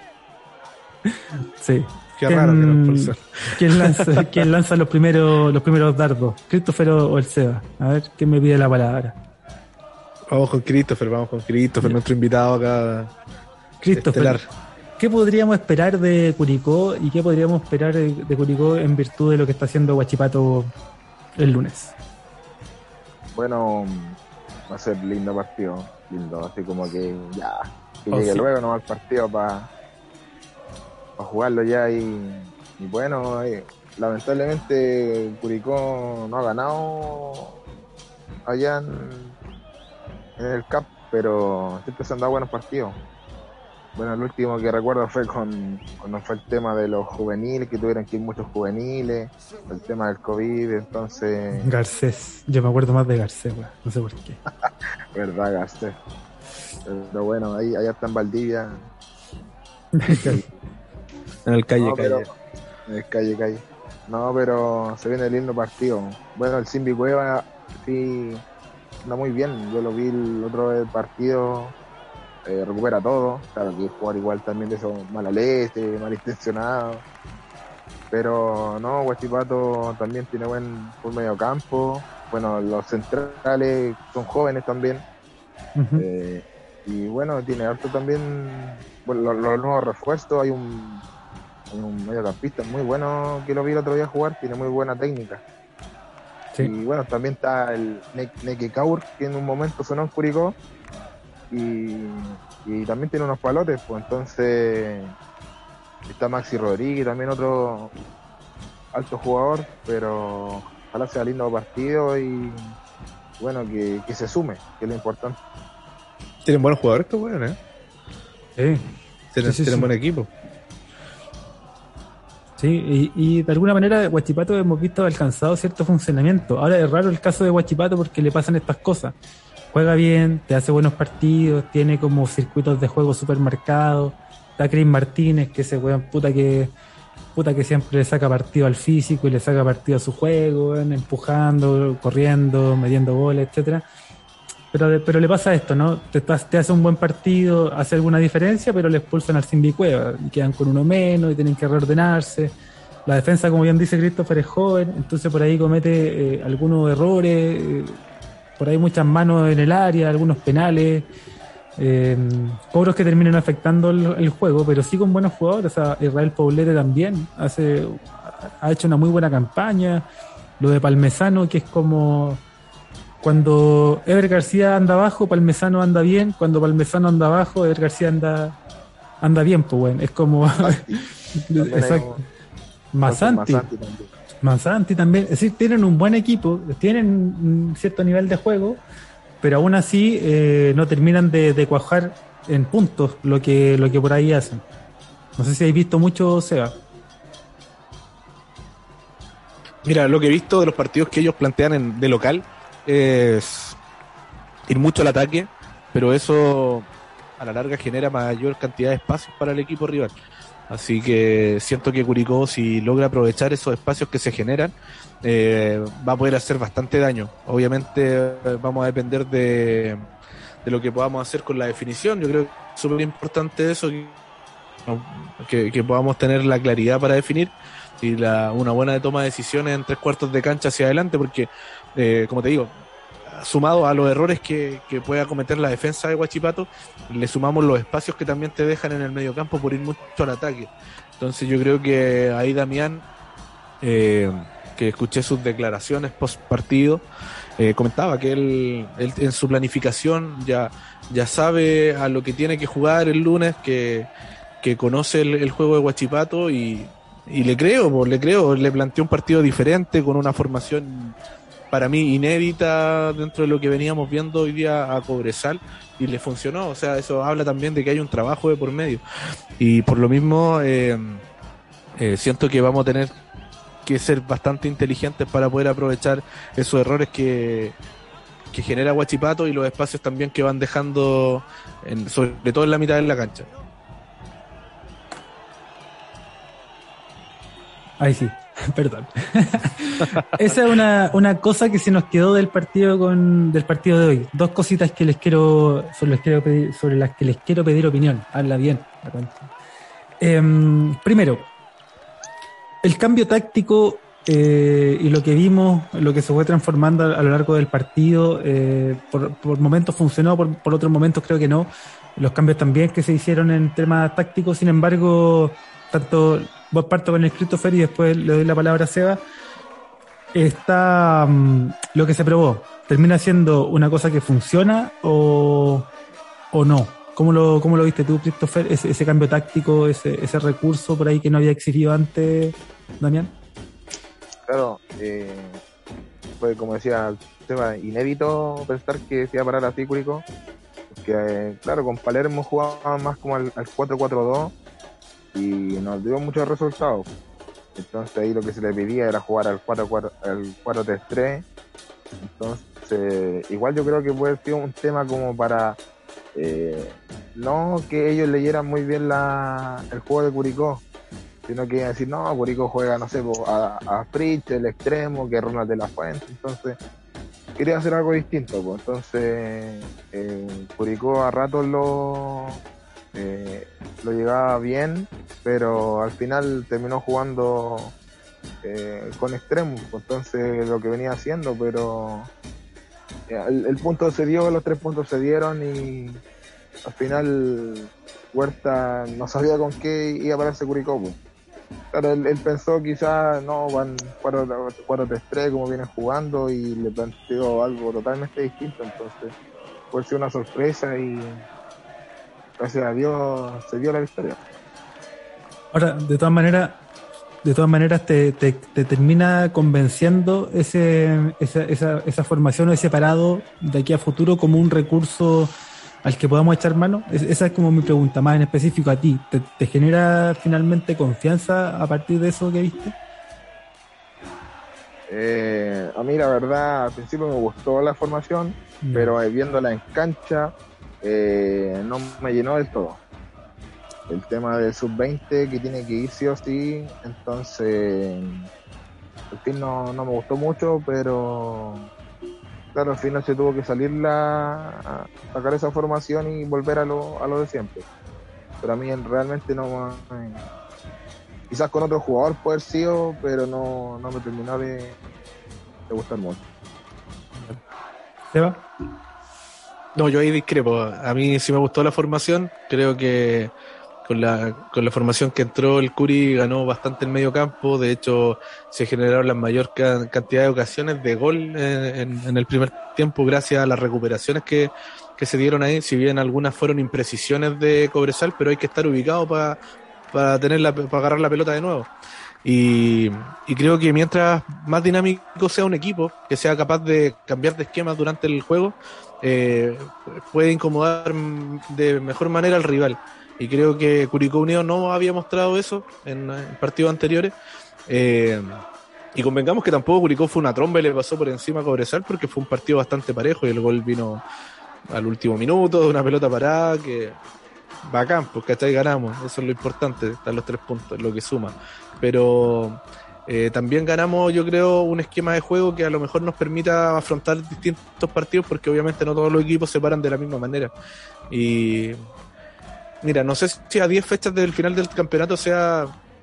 Speaker 1: Sí.
Speaker 2: Qué raro que lo expulsan.
Speaker 1: ¿Quién lanza, ¿Quién lanza los primeros los primeros dardos? ¿Christopher o el Seba? A ver, ¿quién me pide la palabra?
Speaker 2: Vamos con Christopher, vamos con Christopher, nuestro invitado acá.
Speaker 1: Christopher, estelar. ¿Qué podríamos esperar de Curicó y qué podríamos esperar de, de Curicó en virtud de lo que está haciendo Huachipato el lunes?
Speaker 3: Bueno, va a ser lindo partido, lindo, así como que ya, que
Speaker 1: Oh,
Speaker 3: llegue
Speaker 1: sí.
Speaker 3: luego nomás el partido para pa jugarlo ya y, y bueno, eh, lamentablemente Curicó no ha ganado allá en, en el C A P, pero siempre se han dado buenos partidos. Bueno, el último que recuerdo fue con cuando fue el tema de los juveniles, que tuvieron que ir muchos juveniles, el tema del COVID, entonces,
Speaker 1: Garcés. Yo me acuerdo más de Garcés, weón. No sé por qué.
Speaker 3: verdad, gasté. Pero bueno, ahí allá está en Valdivia. Y,
Speaker 2: En el calle,
Speaker 3: no,
Speaker 2: calle.
Speaker 3: pero, en el calle, calle. No, pero se viene el lindo partido. Bueno, el Simbi Cueva sí anda muy bien. Yo lo vi el otro vez el partido, eh, recupera todo. Claro que jugar igual también de esos mala leche, malintencionados. Pero no, Huachipato también tiene buen, buen medio campo. Bueno, los centrales son jóvenes también.
Speaker 1: Ujú.
Speaker 3: Eh, y bueno, tiene harto también. Bueno, los, los nuevos refuerzos. Hay un, hay un mediocampista muy bueno que lo vi el otro día jugar. Tiene muy buena técnica.
Speaker 1: Sí.
Speaker 3: Y bueno, también está el Ne- Neke Kaur, que en un momento sonó en Curicó. Y, y también tiene unos palotes, pues entonces. Está Maxi Rodríguez, también otro alto jugador, pero ojalá sea lindo partido y bueno, que, que se sume, que es lo importante.
Speaker 2: Tienen buenos jugadores estos weones, ¿eh?
Speaker 1: Sí.
Speaker 2: Tienen,
Speaker 1: Sí, sí,
Speaker 2: tienen
Speaker 1: sí.
Speaker 2: buen equipo.
Speaker 1: Sí, y, y de alguna manera Huachipato hemos visto alcanzado cierto funcionamiento. Ahora es raro el caso de Huachipato porque le pasan estas cosas. Juega bien, te hace buenos partidos, tiene como circuitos de juego súper marcados. Está Chris Martínez, que ese weón puta que, puta que siempre le saca partido al físico y le saca partido a su juego, weón, empujando, corriendo, metiendo goles, etcétera. Pero, de- pero le pasa esto, ¿no? Te, te hace un buen partido, hace alguna diferencia, pero le expulsan al Simbi Cueva y quedan con uno menos y tienen que reordenarse. La defensa, como bien dice Christopher, es joven, entonces por ahí comete eh, algunos errores, eh, por ahí muchas manos en el área, algunos penales, eh, cobros que terminan afectando el, el juego, pero sí con buenos jugadores. O sea, Israel Poblete también hace, ha hecho una muy buena campaña. Lo de Palmesano, que es como cuando Ever García anda abajo, Palmesano anda bien. Cuando Palmesano anda abajo, Ever García anda, anda bien, pues bueno, es como
Speaker 3: Masanti, también hay
Speaker 1: exacto.
Speaker 3: un Walter
Speaker 1: Masanti,
Speaker 3: Masanti también.
Speaker 1: Masanti también, es decir, tienen un buen equipo, tienen un cierto nivel de juego, pero aún así eh, no terminan de, de cuajar en puntos lo que, lo que por ahí hacen. No sé si habéis visto mucho, Seba.
Speaker 2: Mira, lo que he visto de los partidos que ellos plantean en, de local es ir mucho al ataque, pero eso a la larga genera mayor cantidad de espacios para el equipo rival. Así que siento que Curicó, si logra aprovechar esos espacios que se generan, eh, va a poder hacer bastante daño. Obviamente eh, vamos a depender de, de lo que podamos hacer con la definición. Yo creo que es súper importante eso, que, que, que podamos tener la claridad para definir y la, una buena toma de decisiones en tres cuartos de cancha hacia adelante, porque, eh, como te digo, sumado a los errores que, que pueda cometer la defensa de Huachipato, le sumamos los espacios que también te dejan en el mediocampo por ir mucho al ataque. Entonces yo creo que ahí Damián, eh, que escuché sus declaraciones post partido, eh, comentaba que él, él en su planificación ya, ya sabe a lo que tiene que jugar el lunes, que, que conoce el, el juego de Huachipato y, y le creo, pues, le creo, le planteó un partido diferente con una formación para mí inédita dentro de lo que veníamos viendo hoy día a Cobresal y le funcionó. O sea, eso habla también de que hay un trabajo de por medio y por lo mismo eh, eh, siento que vamos a tener que ser bastante inteligentes para poder aprovechar esos errores que, que genera Huachipato y los espacios también que van dejando en, sobre todo en la mitad de la cancha.
Speaker 1: Ahí sí, perdón. Esa es una, una cosa que se nos quedó del partido con del partido de hoy. Dos cositas que les quiero sobre, les quiero pedir, sobre las que les quiero pedir opinión. Habla bien. Eh, primero, el cambio táctico eh, y lo que vimos, lo que se fue transformando a, a lo largo del partido, eh, por, por momentos funcionó, por, por otros momentos creo que no. Los cambios también que se hicieron en temas tácticos, sin embargo, tanto vos parto con el Christopher y después le doy la palabra a Seba. está um, lo que se probó, ¿termina siendo una cosa que funciona o, o no? ¿Cómo lo, cómo lo viste tú, Christopher? Ese, ese cambio táctico, ese, ese recurso por ahí que no había exigido antes, Damián.
Speaker 3: Claro, eh, fue como decía, el tema inédito pensar que se iba a parar así Curicó, porque eh, claro, con Palermo jugaba más como al, al cuatro cuatro dos y nos dio muchos resultados. Entonces ahí lo que se le pedía era jugar al cuatro tres tres. Entonces, igual yo creo que puede ser un tema como para eh, no que ellos leyeran muy bien la, el juego de Curicó, sino que iban a decir, no, Curicó juega, no sé, a, a Fritz, el extremo, que Ronald de la Fuente. Entonces, quería hacer algo distinto, pues. Entonces, eh, Curicó a ratos lo, eh, lo llevaba bien, pero al final terminó jugando eh, con extremos, pues. Entonces, lo que venía haciendo, pero eh, el, el punto se dio, los tres puntos se dieron y al final Huerta no sabía con qué iba a pararse Curicó, pues. Claro, él, él pensó quizás, no, van cuatro tres tres como vienen jugando y le planteó algo totalmente distinto, entonces fue una sorpresa y gracias a Dios se dio la victoria.
Speaker 1: Ahora, de todas maneras, de todas maneras te, te, te termina convenciendo ese, esa, esa, esa formación o ese parado de aquí a futuro como un recurso al que podamos echar mano. Esa es como mi pregunta, más en específico a ti. ¿Te, te genera finalmente confianza a partir de eso que viste?
Speaker 3: Eh, a mí la verdad al principio me gustó la formación, mm. pero eh, viéndola en cancha eh, no me llenó del todo. El tema del sub veinte que tiene que ir sí o sí, entonces el fin no, no me gustó mucho, pero claro, al final se tuvo que salir la, a sacar esa formación y volver a lo, a lo de siempre. Pero a mí realmente no, eh, quizás con otro jugador puede haber sido, pero no, no me terminó de, de gustar mucho.
Speaker 1: ¿Seba?
Speaker 2: No, yo ahí discrepo. A mí sí me gustó la formación. Creo que con la, con la formación que entró el Curi ganó bastante el medio campo. De hecho, se generaron la mayor ca- cantidad de ocasiones de gol en, en, en el primer tiempo gracias a las recuperaciones que, que se dieron ahí. Si bien algunas fueron imprecisiones de Cobresal, pero hay que estar ubicado para para tener la, para agarrar la pelota de nuevo. Y, y creo que mientras más dinámico sea un equipo, que sea capaz de cambiar de esquema durante el juego, eh, puede incomodar de mejor manera al rival. Y creo que Curicó Unido no había mostrado eso en, en partidos anteriores. Eh, y convengamos que tampoco Curicó fue una tromba y le pasó por encima a Cobresal, porque fue un partido bastante parejo y el gol vino al último minuto de una pelota parada que bacán, pues ¿cachai? Ganamos, eso es lo importante, están los tres puntos, lo que suma. Pero eh, también ganamos, yo creo, un esquema de juego que a lo mejor nos permita afrontar distintos partidos, porque obviamente no todos los equipos se paran de la misma manera. Y mira, no sé si a diez fechas del final del campeonato sea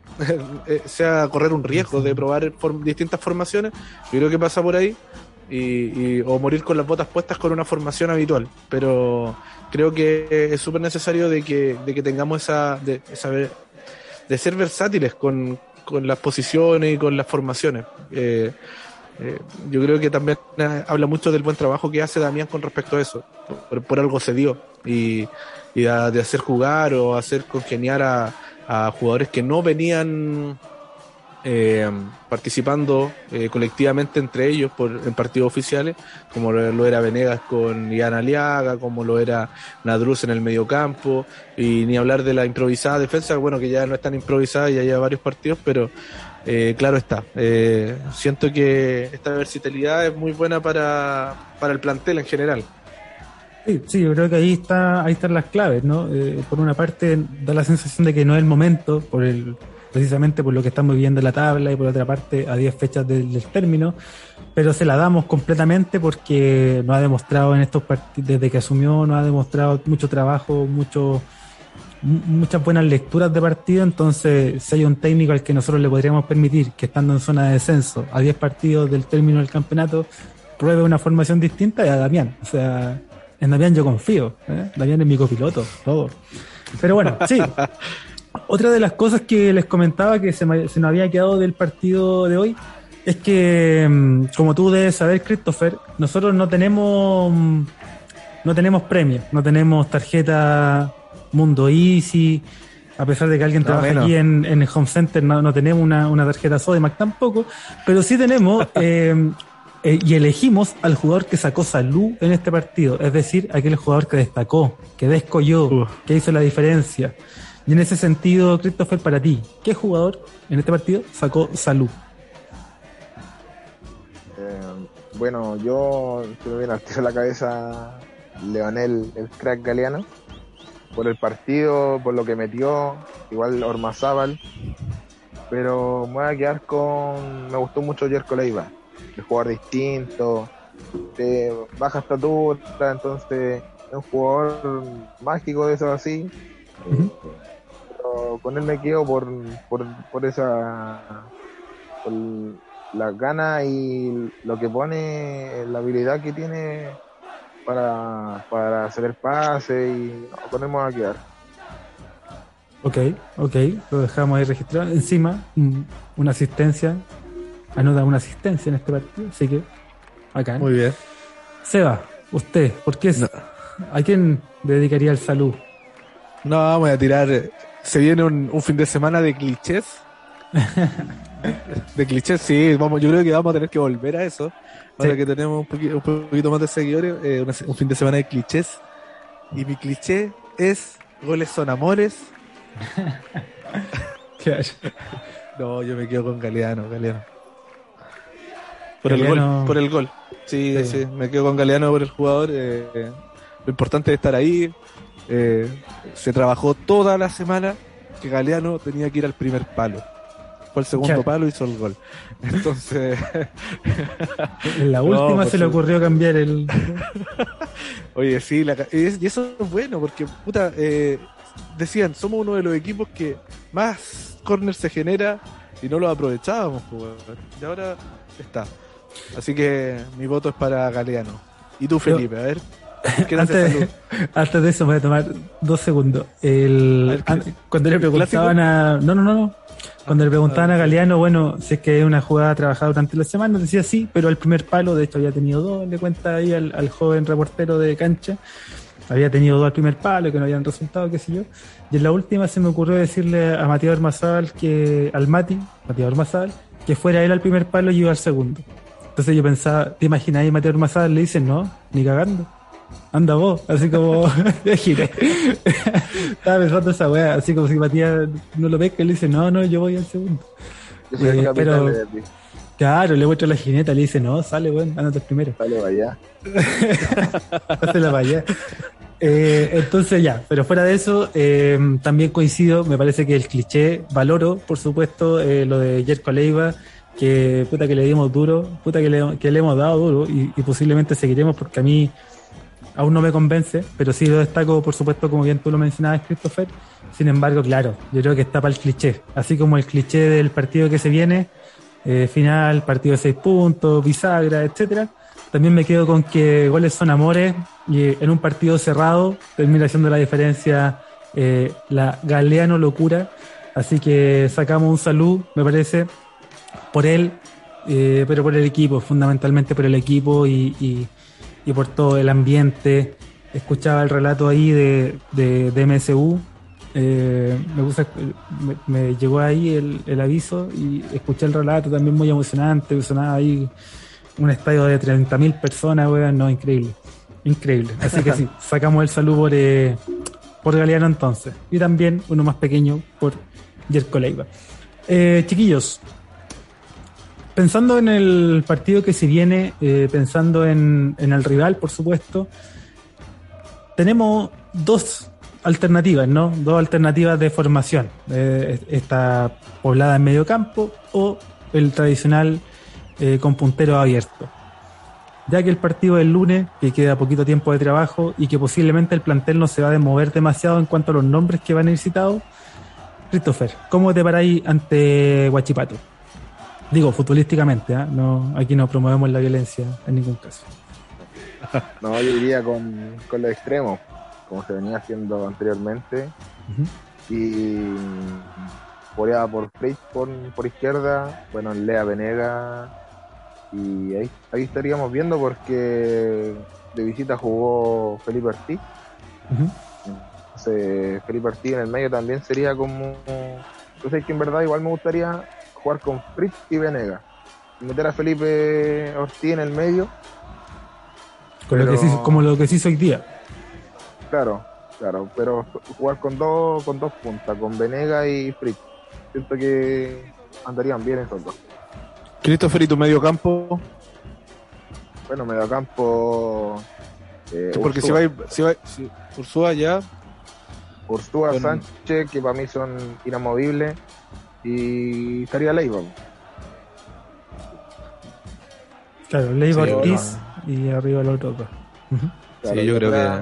Speaker 2: sea correr un riesgo de probar form- distintas formaciones. Yo creo que pasa por ahí. Y, y, o morir con las botas puestas con una formación habitual, pero creo que es súper necesario de que, de que tengamos esa de, esa de ser versátiles con, con las posiciones y con las formaciones. Eh, eh, yo creo que también habla mucho del buen trabajo que hace Damián con respecto a eso. Por, por algo se dio y, y a, de hacer jugar o hacer congeniar a, a jugadores que no venían Eh, participando eh, colectivamente entre ellos por, en partidos oficiales, como lo, lo era Venegas con Ian Aliaga, como lo era Nadruz en el mediocampo, y ni hablar de la improvisada defensa, bueno, que ya no es tan improvisada, ya lleva varios partidos, pero eh, claro está, eh, siento que esta versatilidad es muy buena para, para el plantel en general.
Speaker 1: Sí, sí, yo creo que ahí está, ahí están las claves, ¿no? Eh, por una parte da la sensación de que no es el momento, por el precisamente por lo que estamos viendo en la tabla, y por otra parte a diez fechas del, del término, pero se la damos completamente porque nos ha demostrado en estos partidos, desde que asumió, nos ha demostrado mucho trabajo, mucho, m- muchas buenas lecturas de partido. Entonces, si hay un técnico al que nosotros le podríamos permitir que, estando en zona de descenso a diez partidos del término del campeonato, pruebe una formación distinta, es a Damián. O sea, en Damián yo confío, ¿eh? Damián es mi copiloto, todo. Pero bueno, sí. Otra de las cosas que les comentaba que se, me, se nos había quedado del partido de hoy Es que, como tú debes saber, Christopher, nosotros no tenemos no tenemos premios, no tenemos tarjeta Mundo Easy, a pesar de que alguien no, trabaja menos. aquí en, en el Home Center, no, no tenemos una, una tarjeta Sodimac tampoco, pero sí tenemos eh, eh, y elegimos al jugador que sacó salud en este partido, es decir, aquel jugador que destacó, que descolló, uh. que hizo la diferencia. Y en ese sentido, Christopher, para ti, ¿qué jugador en este partido sacó salud?
Speaker 3: Eh, bueno, yo se me viene al tiro a la cabeza Leonel, el crack Galeano, por el partido, por lo que metió, igual Ormazábal, pero me voy a quedar con, me gustó mucho Jerko Leiva, el jugador distinto, de baja estatura, entonces es un jugador mágico de eso así. Uh-huh. Pero con él me quedo por, por, por esa, por las ganas y lo que pone, la habilidad que tiene para, para hacer el pase, y no, con él me voy a quedar.
Speaker 1: Ok, ok, lo dejamos ahí registrado. Encima, una asistencia, anota una asistencia en este partido, así que acá.
Speaker 2: Muy bien.
Speaker 1: Seba, usted, ¿por qué? No. ¿A quién dedicaría el salud?
Speaker 2: No, vamos a tirar. Se viene un, un fin de semana de clichés. de, de clichés, sí, vamos, yo creo que vamos a tener que volver a eso. Ahora sí. que tenemos un poquito, un poquito más de seguidores, eh, una, un fin de semana de clichés. Y mi cliché es: goles son amores. No, yo me quedo con Galeano, Galeano. Por Galeano. el gol, por el gol. Sí, sí, sí, me quedo con Galeano por el jugador. Eh, eh, lo importante es estar ahí. Eh, se trabajó toda la semana que Galeano tenía que ir al primer palo. Fue el segundo ¿Qué? palo y hizo el gol. Entonces.
Speaker 1: En la última no, se le ocurrió cambiar el.
Speaker 2: Oye, sí, la, y eso es bueno porque, puta, eh, decían, somos uno de los equipos que más corners se genera y no los aprovechábamos, pues, y ahora está. Así que mi voto es para Galeano. ¿Y tú, Felipe? A ver.
Speaker 1: Antes, antes de eso me voy a tomar dos segundos. El, ver, an, cuando le preguntaban a. No, no, no, no. Cuando le preguntaban a Galeano, bueno, si es que es una jugada trabajada durante la semana, decía sí, pero al primer palo, de hecho había tenido dos, le cuenta ahí al, al joven reportero de cancha, había tenido dos al primer palo, que no habían resultado, qué sé yo. Y en la última se me ocurrió decirle a Matías Ormazábal, que, al Mati, Matías Ormazábal, que fuera él al primer palo y yo al segundo. Entonces yo pensaba, ¿te imaginas ahí Matías Ormazábal? Le dicen, no, ni cagando. Anda vos, así como giré. Estaba pensando esa weá, así como si Matías no lo pesca y le dice, no, no, yo voy al segundo.
Speaker 3: Yo soy el
Speaker 1: eh, pero de ti. Claro, le muestro la jineta, le dice, no, sale, weón, ándate primero.
Speaker 3: Sale para allá.
Speaker 1: Hazla para allá. Eh, entonces ya, pero fuera de eso, eh, también coincido, me parece que el cliché, valoro, por supuesto, eh, lo de Jerko Leiva, que puta que le dimos duro, puta que le, que le hemos dado duro, y, y posiblemente seguiremos, porque a mí aún no me convence, pero sí lo destaco, por supuesto, como bien tú lo mencionabas, Christopher. Sin embargo, claro, yo creo que está para el cliché, así como el cliché del partido que se viene, eh, final, partido de seis puntos, bisagra, etcétera. También me quedo con que goles son amores, y en un partido cerrado termina siendo la diferencia eh, la Galeano locura. Así que sacamos un salud, me parece, por él, eh, pero por el equipo, fundamentalmente por el equipo y, y y por todo el ambiente. Escuchaba el relato ahí de, de, de M S U, eh, me, gusta, me, me llegó ahí el, el aviso y escuché el relato también muy emocionante, sonaba ahí un estadio de treinta mil personas, weón, no, increíble, increíble. Así que sí, sacamos el saludo por, eh, por Galeano entonces, y también uno más pequeño por Jerko Leiva. Eh, chiquillos, pensando en el partido que se viene, eh, pensando en, en el rival, por supuesto, tenemos dos alternativas, ¿no? Dos alternativas de formación. Eh, esta poblada en medio campo o el tradicional eh, con puntero abierto. Ya que el partido del lunes, que queda poquito tiempo de trabajo y que posiblemente el plantel no se va a mover demasiado en cuanto a los nombres que van a ir citados, Christopher, ¿cómo te paráis ante Huachipato? Digo, futbolísticamente, ¿eh? No, aquí no promovemos la violencia en ningún caso.
Speaker 3: No, yo iría con, con los extremos, como se venía haciendo anteriormente. Uh-huh. Y Poreada por Fritz por, por izquierda, bueno, Lea Venega, y ahí, ahí estaríamos viendo porque de visita jugó Felipe Ortiz. Uh-huh. Entonces Felipe Ortiz en el medio también sería como, entonces que en verdad igual me gustaría jugar con Fritz y Venega, meter a Felipe Ortiz en el medio,
Speaker 1: con pero... lo que se hizo, como lo que se hizo hoy día.
Speaker 3: Claro, claro, pero jugar con dos con dos puntas, con Venega y Fritz, siento que andarían bien esos dos.
Speaker 2: Christopher, ¿y tu medio campo?
Speaker 3: Bueno, medio campo
Speaker 2: eh, porque Ursúa. si va, si va si, Ursúa ya
Speaker 3: Ursúa, con... Sánchez, que para mí son inamovibles, y estaría Leiva.
Speaker 1: Claro, Leiva, sí, Ortiz no. Y arriba el otro. Uh-huh.
Speaker 2: Claro, sí, yo creo que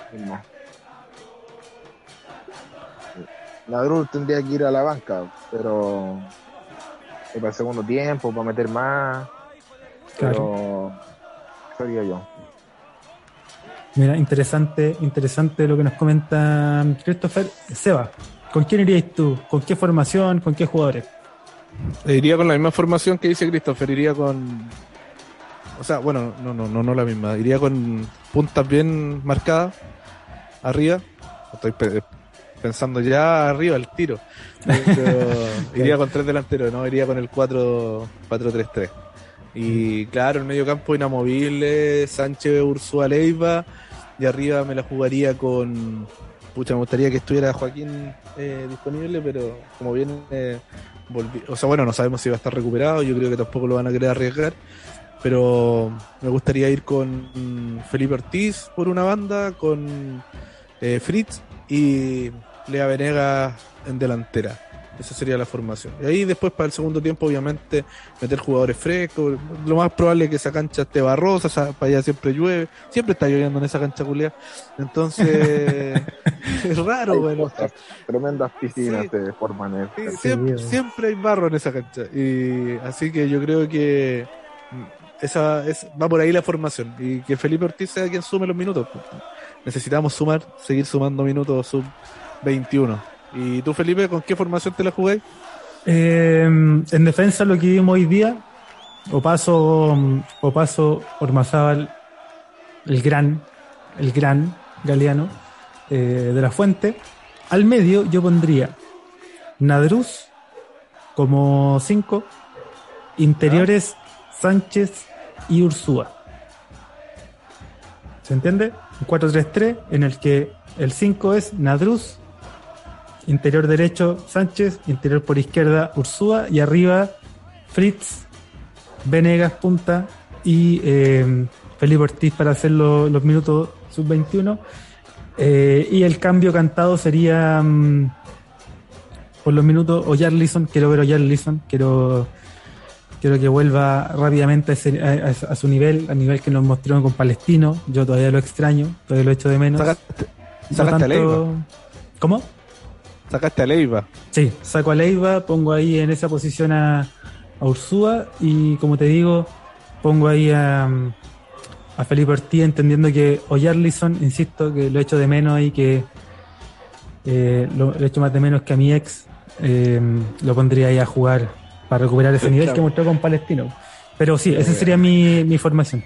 Speaker 3: Nadruz tendría que ir a la banca, pero para el segundo tiempo, para meter más, pero sería yo.
Speaker 1: Mira, interesante, interesante lo que nos comenta Christopher. Seba, ¿con quién irías tú? ¿Con qué formación? ¿Con qué jugadores?
Speaker 2: Iría con la misma formación que dice Christopher, iría con... O sea, bueno, no, no, no, no la misma. Iría con puntas bien marcadas arriba. Estoy pe- pensando ya arriba el tiro. Pero iría con tres delanteros, no iría con el cuatro tres tres. Y claro, el medio campo inamovible, Sánchez, Ursúa, Leiva. Y arriba me la jugaría con... Pucha, me gustaría que estuviera Joaquín eh, disponible, pero como viene... Eh, volví... O sea, bueno, no sabemos si va a estar recuperado. Yo creo que tampoco lo van a querer arriesgar. Pero me gustaría ir con Felipe Ortiz por una banda, con eh, Fritz y Lea Venega en delantera. Esa sería la formación. Y ahí después para el segundo tiempo obviamente meter jugadores frescos. Lo más probable es que esa cancha esté barrosa, esa, para allá siempre llueve, siempre está lloviendo en esa cancha culia. Entonces es raro, bueno.
Speaker 3: Cosas, tremendas piscinas sí, de forman
Speaker 2: sí, siempre, siempre hay barro en esa cancha. Y así que yo creo que esa es, va por ahí la formación, y que Felipe Ortiz sea quien sume los minutos. Necesitamos sumar, seguir sumando minutos sub veintiuno. ¿Y tú, Felipe, con qué formación te la jugáis?
Speaker 1: Eh, en defensa lo que vimos hoy día, Opaso, Opaso, Ormazábal, el gran, el gran Galeano, eh, de la Fuente. Al medio yo pondría Nadruz como cinco, interiores ¿Ah? Sánchez y Ursúa. ¿Se entiende? Un cuatro tres tres en el que el cinco es Nadruz, interior derecho Sánchez, interior por izquierda Ursúa, y arriba Fritz, Venegas punta y eh, Felipe Ortiz para hacer lo, los minutos sub veintiuno. Eh, y el cambio cantado sería um, por los minutos Oyarlison. Quiero ver Oyarlison, quiero quiero que vuelva rápidamente a, ese, a, a su nivel, al nivel que nos mostró con Palestino. Yo todavía lo extraño, todavía lo echo de menos.
Speaker 2: Sacaste,
Speaker 1: no
Speaker 2: sacaste
Speaker 1: tanto...
Speaker 2: a Leiva.
Speaker 1: ¿Cómo?
Speaker 2: Sacaste a Leiva.
Speaker 1: Sí, saco a Leiva, pongo ahí en esa posición a, a Ursúa, y como te digo, pongo ahí a, a Felipe Ortiz, entendiendo que Oyarlison, insisto, que lo echo de menos y que eh, lo, lo echo más de menos que a mi ex, eh, lo pondría ahí a jugar para recuperar ese nivel, claro, que mostró con Palestino. Pero sí, esa sería mi, mi formación.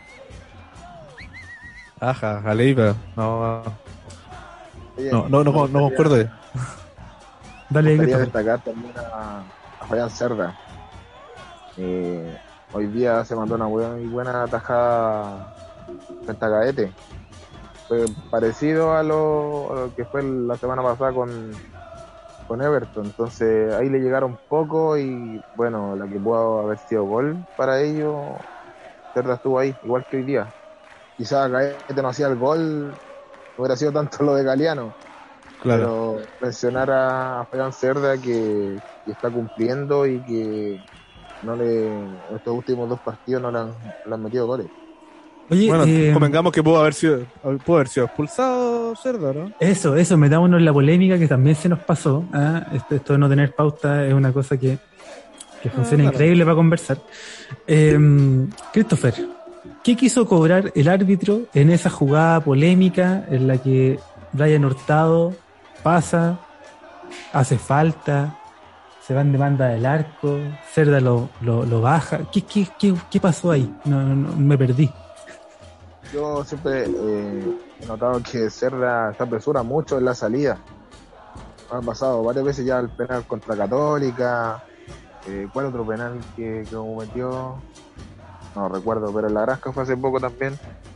Speaker 2: Ajá, a Leiva. No, no, no, no, no concuerdo.
Speaker 3: Dale, me gustaría destacar también a, a Fabián Cerda. Eh, hoy día se mandó una buena, muy buena tajada frente a Gaete. Fue parecido a lo, a lo que fue la semana pasada con, con Everton. Entonces ahí le llegaron poco y bueno, la que pudo haber sido gol para ellos, Cerda estuvo ahí, igual que hoy día. Quizás Gaete no hacía el gol, no hubiera sido tanto lo de Galeano. Claro. Pero mencionar a Fabián Cerda que, que está cumpliendo y que no le en estos últimos dos partidos no le han, le han metido goles.
Speaker 2: Oye, bueno, eh, convengamos que pudo haber sido pudo haber sido expulsado Cerda, ¿no?
Speaker 1: Eso, eso, metámonos en la polémica que también se nos pasó. ¿eh? Esto, esto de no tener pauta es una cosa que, que funciona ah, claro. increíble para conversar. Eh, Christopher, ¿qué quiso cobrar el árbitro en esa jugada polémica en la que Brian Hurtado pasa, hace falta, se van de banda del arco, Cerda lo, lo, lo baja. ¿Qué, qué, qué, qué pasó ahí? No, no, no, me perdí.
Speaker 3: Yo siempre eh, he notado que Cerda se apresura mucho en la salida. Ha pasado varias veces ya el penal contra Católica. Eh, ¿Cuál otro penal que, que cometió? No recuerdo, pero en la Granja fue hace poco también.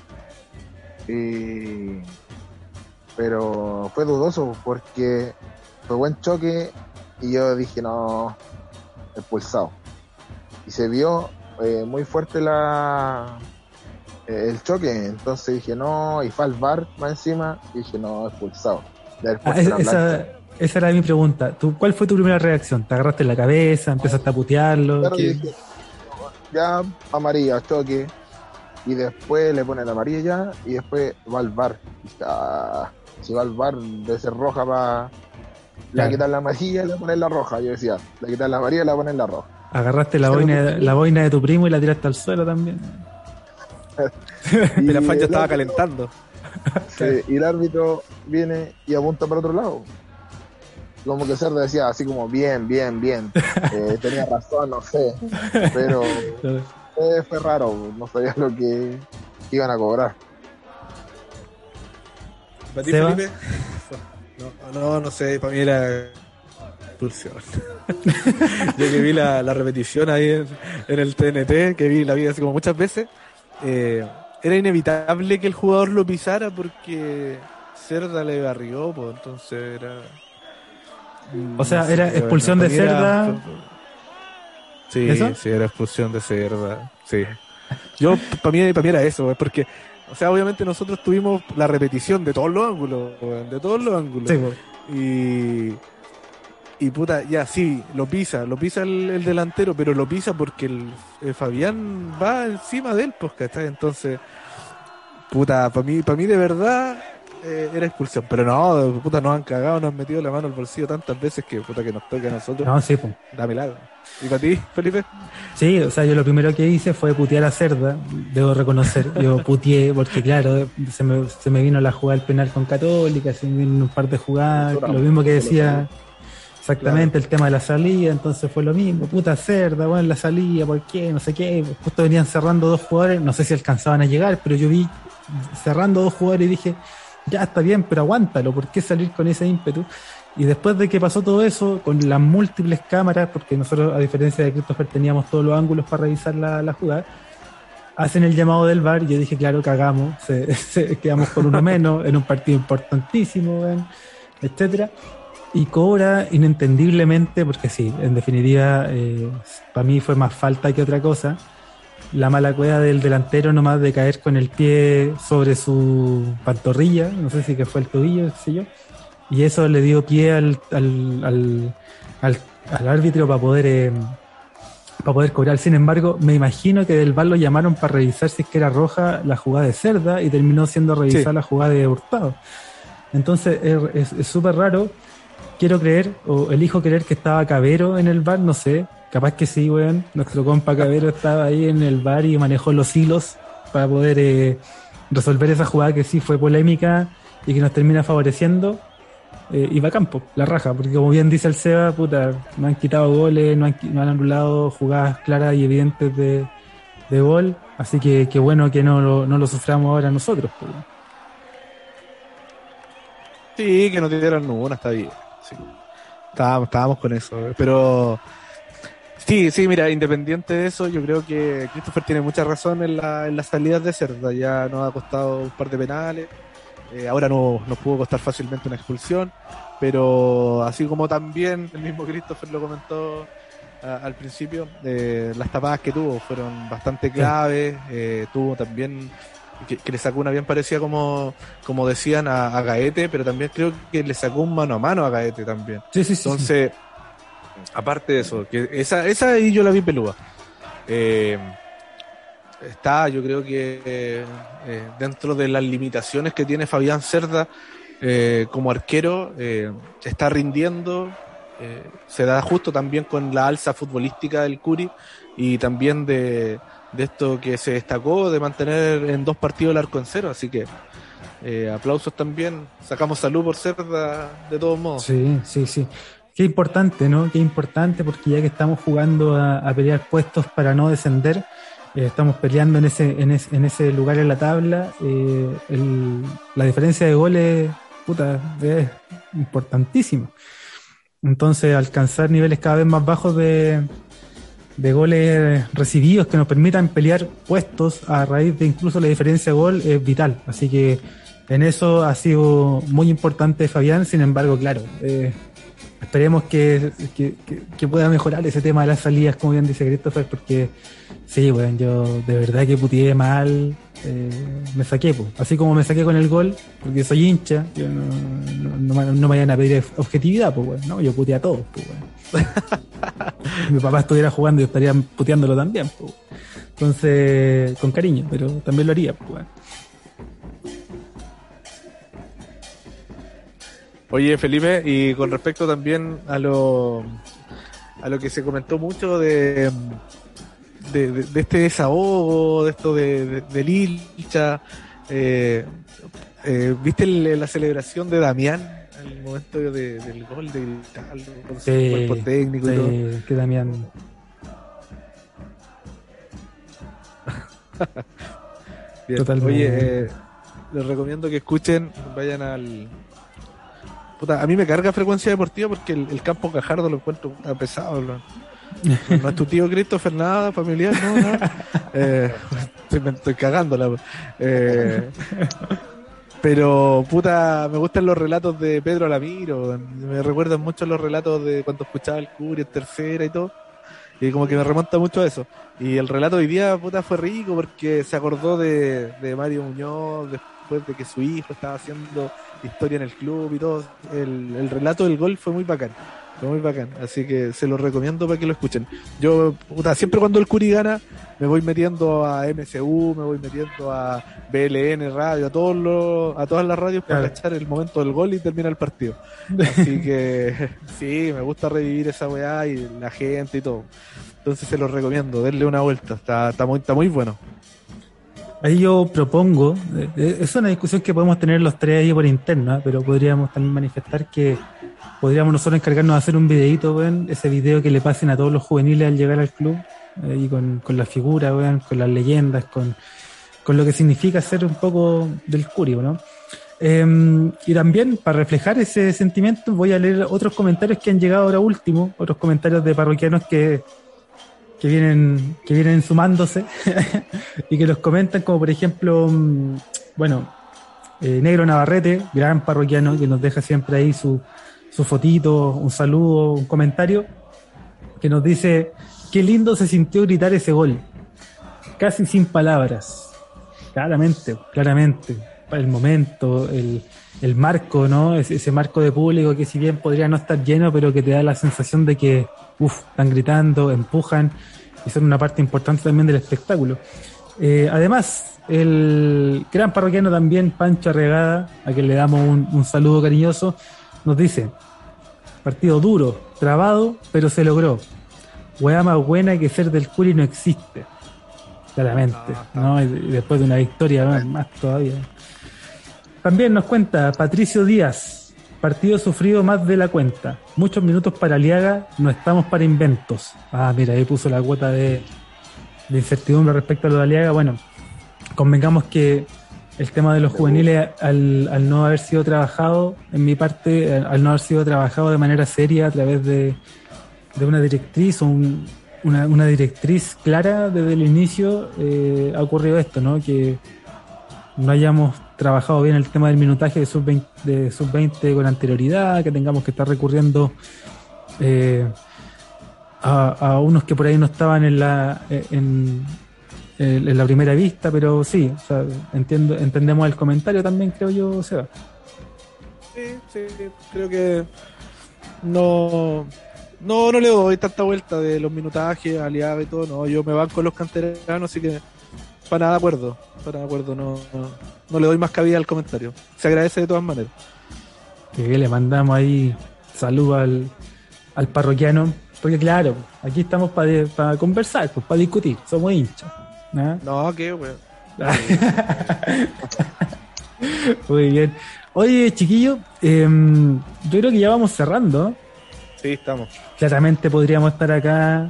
Speaker 3: Y... Pero fue dudoso porque fue buen choque y yo dije no, expulsado. Y se vio eh, muy fuerte la eh, el choque, entonces dije no, y fue al V A R más encima, y dije no, expulsado.
Speaker 1: Ah, esa, esa, esa era mi pregunta. ¿Tú, ¿Cuál fue tu primera reacción? ¿Te agarraste en la cabeza? ¿Empezaste a putearlo?
Speaker 3: Claro, dije, ya amarilla, choque, y después le ponen la amarilla ya, y después va al V A R. Y dije, ah, si va al V A R debe ser roja para... Le claro. quitar la amarilla y le ponen la roja. Yo decía, le quitar la amarilla y le ponen la roja.
Speaker 1: Agarraste la boina, la boina de tu primo y la tiraste al suelo también.
Speaker 2: Y la Fancha estaba calentando.
Speaker 3: Sí, y el árbitro viene y apunta para otro lado. Como que Cerda decía así como bien, bien, bien. Eh, tenía razón, no sé. Pero eh, fue raro, no sabía lo que, que iban a cobrar.
Speaker 2: ¿Para ti, Felipe? No, no, no sé, para mí era expulsión. Yo que vi la, la repetición ahí en, en el T N T, que vi la vi así como muchas veces, eh, era inevitable que el jugador lo pisara porque Cerda le barrió, pues entonces era...
Speaker 1: O sea, era expulsión de Cerda. Era...
Speaker 2: Sí, ¿eso? Sí, era expulsión de Cerda, sí. Yo, para mí, para mí era eso, porque... O sea, obviamente nosotros tuvimos la repetición de todos los ángulos, de todos los ángulos. Sí, pues. Y, y puta, ya sí, lo pisa, lo pisa el, el delantero, pero lo pisa porque el, el Fabián va encima de él, pues, ¿cachai? Entonces, puta, para mí, para mí de verdad eh, era expulsión. Pero no, puta, nos han cagado, nos han metido la mano al bolsillo tantas veces que puta que nos toca a nosotros.
Speaker 1: No, sí, pues.
Speaker 2: Da milagro. ¿Y para ti, Felipe?
Speaker 1: Sí, o sea, yo lo primero que hice fue putear a Cerda, debo reconocer. Yo puteé porque, claro, se me, se me vino la jugada del penal con Católica, se me vino un par de jugadas, lo mismo que decía exactamente el tema de la salida, entonces fue lo mismo, puta Cerda, bueno, la salida, ¿por qué? No sé qué, justo venían cerrando dos jugadores, no sé si alcanzaban a llegar, pero yo vi cerrando dos jugadores y dije, ya está bien, pero aguántalo, ¿por qué salir con ese ímpetu? Y después de que pasó todo eso, con las múltiples cámaras, porque nosotros, a diferencia de Christopher, teníamos todos los ángulos para revisar la, la jugada, hacen el llamado del V A R, y yo dije, claro, cagamos, se, se, quedamos con uno menos, en un partido importantísimo, ¿ven? Etcétera. Y cobra inentendiblemente, porque sí, en definitiva, eh, para mí fue más falta que otra cosa, la mala cueva del delantero nomás de caer con el pie sobre su pantorrilla, no sé si que fue el tobillo, qué sé yo, y eso le dio pie al al, al, al, al árbitro para poder eh, para poder cobrar. Sin embargo, me imagino que del V A R lo llamaron para revisar si es que era roja la jugada de Cerda y terminó siendo revisar sí. la jugada de Hurtado. Entonces es súper raro. Quiero creer, o elijo creer que estaba Cabero en el V A R, no sé, capaz que sí, weón. Nuestro compa Cabero estaba ahí en el V A R y manejó los hilos para poder eh, resolver esa jugada que sí fue polémica y que nos termina favoreciendo. Eh, y va a campo, la raja, porque como bien dice el Seba, puta, no han quitado goles, no han, no han anulado jugadas claras y evidentes de, de gol, así que qué bueno que no lo, no lo suframos ahora nosotros. Pues.
Speaker 2: Sí, que no te dieron ninguna, está bien. Sí. Estábamos, estábamos con eso, pero sí, sí, mira, independiente de eso, yo creo que Christopher tiene mucha razón en, la, en las salidas de Cerda. Ya nos ha costado un par de penales, eh, ahora no, nos pudo costar fácilmente una expulsión, pero así como también el mismo Christopher lo comentó a, al principio, eh, las tapadas que tuvo fueron bastante claves, eh, tuvo también que, que le sacó una bien parecida como, como decían a, a Gaete, pero también creo que le sacó un mano a mano a Gaete también.
Speaker 1: Sí, sí, sí,
Speaker 2: entonces, sí. Aparte de eso, que esa, esa ahí yo la vi pelúa. Eh, está, yo creo que eh, dentro de las limitaciones que tiene Fabián Cerda eh, como arquero, eh, está rindiendo, eh, se da justo también con la alza futbolística del Curi y también de, de esto que se destacó de mantener en dos partidos el arco en cero, así que eh, aplausos también, sacamos salud por Cerda de todos modos.
Speaker 1: Sí, sí, sí. qué importante, ¿no? Qué importante, porque ya que estamos jugando a, a pelear puestos para no descender, eh, estamos peleando en ese, en, ese, en ese lugar en la tabla, eh, el, la diferencia de goles, puta, es importantísima. Entonces, alcanzar niveles cada vez más bajos de, de goles recibidos que nos permitan pelear puestos a raíz de incluso la diferencia de gol es vital. Así que en eso ha sido muy importante Fabián. Sin embargo, claro, eh, esperemos que, que, que, que pueda mejorar ese tema de las salidas, como bien dice Christopher, porque sí, bueno, yo de verdad que putié mal, eh, me saqué, pues. Así como me saqué con el gol, porque soy hincha, yo no, no, no, no me vayan a pedir objetividad, pues, bueno, ¿no? Yo puteé a todos, pues, bueno. Si mi papá estuviera jugando, yo estaría puteándolo también, pues. Entonces, con cariño, pero también lo haría, pues, bueno.
Speaker 2: Oye, Felipe, y con respecto también a lo a lo que se comentó mucho de de, de, de este desahogo, de esto de, de, de Lilcha, eh, eh, ¿viste el, la celebración de Damián en el momento de, del gol, de gritarlo con su
Speaker 1: Sí,
Speaker 2: cuerpo técnico
Speaker 1: sí,
Speaker 2: y todo?
Speaker 1: que Damián...
Speaker 2: Bien.
Speaker 1: Totalmente.
Speaker 2: Oye, eh, les recomiendo que escuchen, vayan al... Puta, a mí me carga Frecuencia Deportiva porque el, el campo Cajardo lo encuentro puta, pesado. ¿no? No, no es tu tío Christopher, nada, familiar, no, nada. Eh, estoy, me estoy cagándola. Eh, pero, puta, me gustan los relatos de Pedro Alamiro. Me recuerdan mucho los relatos de cuando escuchaba el Curi en tercera y todo. Y como que me remonta mucho a eso. Y el relato de hoy día, puta, fue rico porque se acordó de, de Mario Muñoz después de que su hijo estaba haciendo historia en el club y todo. El, el relato del gol fue muy bacán. Fue muy bacán. Así que se lo recomiendo para que lo escuchen. Yo, puta, siempre cuando el Curi gana, me voy metiendo a M C U, me voy metiendo a B L N Radio, a todos los, a todas las radios para
Speaker 1: Claro.
Speaker 2: cachar el momento del gol y termina el partido. Así que sí, me gusta revivir esa weá y la gente y todo. Entonces se los recomiendo, denle una vuelta, está, está muy, está muy bueno.
Speaker 1: Ahí yo propongo, eh, es una discusión que podemos tener los tres ahí por interno, ¿eh? Pero podríamos también manifestar que podríamos nosotros encargarnos de hacer un videíto, weón, ese video que le pasen a todos los juveniles al llegar al club, eh, y con, con la figura, weón, con las leyendas, con, con lo que significa ser un poco del Curi, ¿no? Eh, y también, para reflejar ese sentimiento, voy a leer otros comentarios que han llegado ahora último, otros comentarios de parroquianos que que vienen que vienen sumándose y que los comentan, como por ejemplo, bueno, eh, Negro Navarrete, gran parroquiano, que nos deja siempre ahí su, su fotito, un saludo, un comentario, que nos dice: qué lindo se sintió gritar ese gol, casi sin palabras. Claramente, claramente, el momento, el, el marco, ¿no? Ese, ese marco de público que, si bien podría no estar lleno, pero que te da la sensación de que uf, están gritando, empujan y son una parte importante también del espectáculo. Eh, además, el gran parroquiano también, Pancho Arregada, a quien le damos un, un saludo cariñoso, nos dice: partido duro, trabado, pero se logró. Hueá más buena que ser del Curi no existe. Claramente, ¿no? Y después de una victoria más, más todavía. También nos cuenta Patricio Díaz: partido sufrido más de la cuenta. Muchos minutos para Aliaga, no estamos para inventos. Ah, mira, ahí puso la cuota de, de incertidumbre respecto a lo de Aliaga. Bueno, convengamos que el tema de los juveniles, al, al no haber sido trabajado, en mi parte, al no haber sido trabajado de manera seria a través de, de una directriz o un, una, una directriz clara desde el inicio, eh, ha ocurrido esto, ¿no? Que no hayamos trabajado bien el tema del minutaje de sub veinte, de sub veinte con anterioridad, que tengamos que estar recurriendo eh, a, a unos que por ahí no estaban en la en, en, en la primera vista, pero sí, o sea, entiendo, entendemos el comentario también, creo yo, Seba.
Speaker 2: Sí, sí, creo que no, no, no le doy tanta vuelta de los minutajes, Aliaga y todo, no, yo me banco con los canteranos, así que para nada de acuerdo, para nada de acuerdo, no, no, no le doy más cabida al comentario. Se agradece de todas maneras.
Speaker 1: Que le mandamos ahí saludos al, al parroquiano, porque claro, aquí estamos para pa conversar, pues para discutir, somos hinchas. ¿No?
Speaker 2: No, qué weón.
Speaker 1: Muy bien. Oye, chiquillo, eh, yo creo que ya vamos cerrando.
Speaker 2: Sí, estamos.
Speaker 1: Claramente podríamos estar acá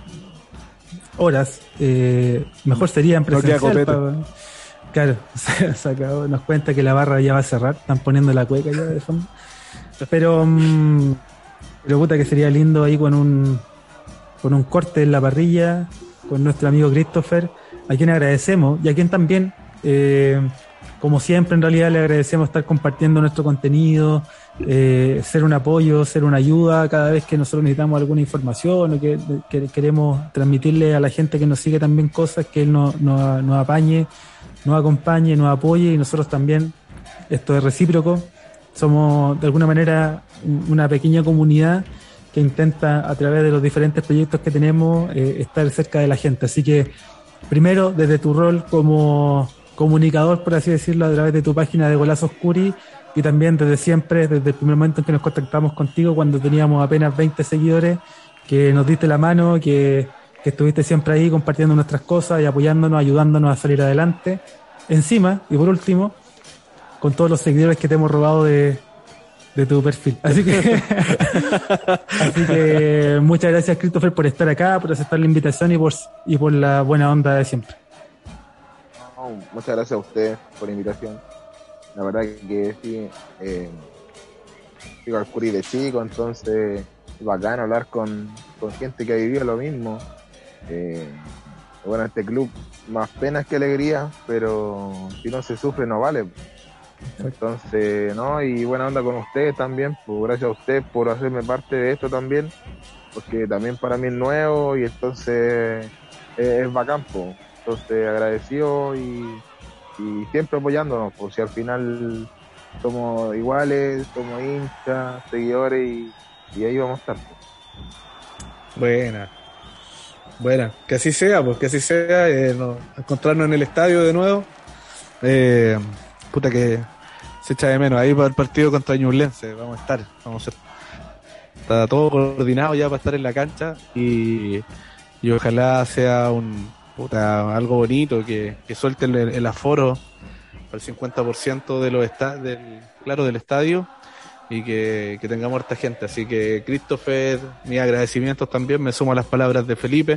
Speaker 1: horas. Eh, mejor sería en presencial. Pa, claro, se, se acabó. Nos cuenta que la barra ya va a cerrar. Están poniendo la cueca ya de fondo. Pero, um, pero puta que sería lindo ahí con un con un corte en la parrilla, con nuestro amigo Christopher, a quien agradecemos y a quien también, eh, como siempre en realidad le agradecemos estar compartiendo nuestro contenido, eh, ser un apoyo, ser una ayuda cada vez que nosotros necesitamos alguna información o que, que queremos transmitirle a la gente que nos sigue también cosas, que él nos, nos, nos apañe, nos acompañe, nos apoye, y nosotros también, esto es recíproco, somos de alguna manera una pequeña comunidad que intenta a través de los diferentes proyectos que tenemos eh, estar cerca de la gente. Así que primero desde tu rol como comunicador, por así decirlo, a través de tu página de Golazo Oscuri, y también desde siempre, desde el primer momento en que nos contactamos contigo cuando teníamos apenas veinte seguidores, que nos diste la mano, que, que estuviste siempre ahí compartiendo nuestras cosas y apoyándonos, ayudándonos a salir adelante. Encima, y por último, con todos los seguidores que te hemos robado de de tu perfil. Así que así que muchas gracias, Christopher, por estar acá, por aceptar la invitación y por y por la buena onda de siempre.
Speaker 3: No, muchas gracias a usted por la invitación. La verdad que sí, eh, sigo al Curi de chico, entonces es bacán hablar con, con gente que ha vivido lo mismo. Eh, bueno, este club, más penas que alegría, pero si no se sufre no vale. Entonces, ¿no? Y buena onda con ustedes también, pues gracias a usted por hacerme parte de esto también, porque también para mí es nuevo y entonces es, es bacán, pues. Entonces agradecido y, y siempre apoyándonos, pues si al final somos iguales, somos hinchas, seguidores y, y ahí vamos a estar, pues.
Speaker 2: Buena, buena, que así sea, pues que así sea, eh, no, encontrarnos en el estadio de nuevo. Eh, puta que se echa de menos ahí para el partido contra Ñublense. Vamos a estar, vamos a ser, está todo coordinado ya para estar en la cancha y, y ojalá sea un puta, algo bonito, que, que suelte el, el aforo al cincuenta por ciento de los esta, del, claro, del estadio, y que, que tengamos harta gente. Así que Christopher, mis agradecimientos también, me sumo a las palabras de Felipe.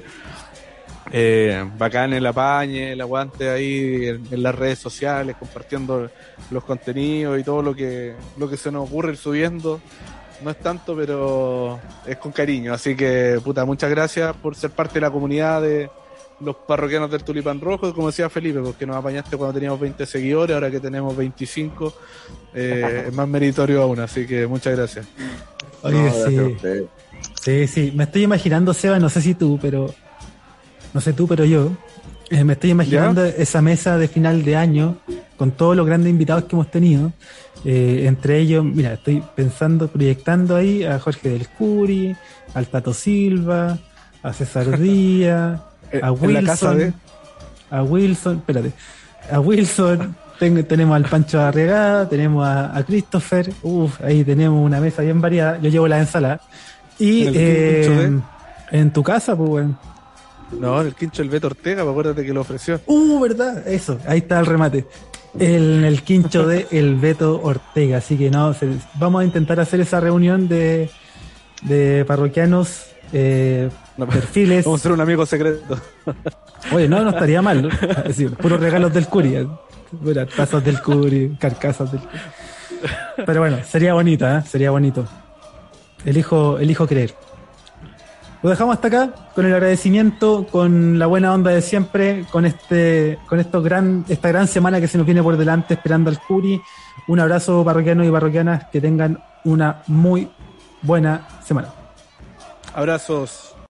Speaker 2: Eh, bacán el apañe, el aguante ahí en, en las redes sociales, compartiendo los contenidos y todo lo que lo que se nos ocurre ir subiendo. No es tanto, pero es con cariño. Así que, puta, muchas gracias por ser parte de la comunidad de los parroquianos del Tulipán Rojo, como decía Felipe, porque nos apañaste cuando teníamos veinte seguidores, ahora que tenemos veinticinco, eh, es más meritorio aún. Así que muchas gracias.
Speaker 1: Oye, no, sí. sí, sí, me estoy imaginando, Seba, no sé si tú, pero no sé tú, pero yo eh, me estoy imaginando ¿Ya? esa mesa de final de año con todos los grandes invitados que hemos tenido. Eh, entre ellos, mira, estoy pensando, proyectando ahí a Jorge del Curi, al Tato Silva, a César Díaz, a Wilson, de... a Wilson, espérate, a Wilson, ten, tenemos al Pancho Arregada, tenemos a, a Christopher, uff, ahí tenemos una mesa bien variada, yo llevo la ensalada. Y eh, en tu casa, pues bueno.
Speaker 2: No, el quincho del Beto Ortega, acuérdate que lo ofreció.
Speaker 1: Uh, ¿verdad? Eso, ahí está el remate. El, el quincho de el Beto Ortega. Así que no, se, vamos a intentar hacer esa reunión de, de parroquianos, eh, no, perfiles.
Speaker 2: Vamos a ser un amigo secreto.
Speaker 1: Oye, no, no estaría mal, ¿no? Es decir, puros regalos del Curi. Bueno, tazas del Curi, carcasas del Curi. Pero bueno, sería bonita, ¿eh? Sería bonito. Elijo, elijo creer. Lo dejamos hasta acá, con el agradecimiento, con la buena onda de siempre, con este, con estos gran, esta gran semana que se nos viene por delante, esperando al Curi. Un abrazo, parroquianos y parroquianas, que tengan una muy buena semana.
Speaker 2: Abrazos.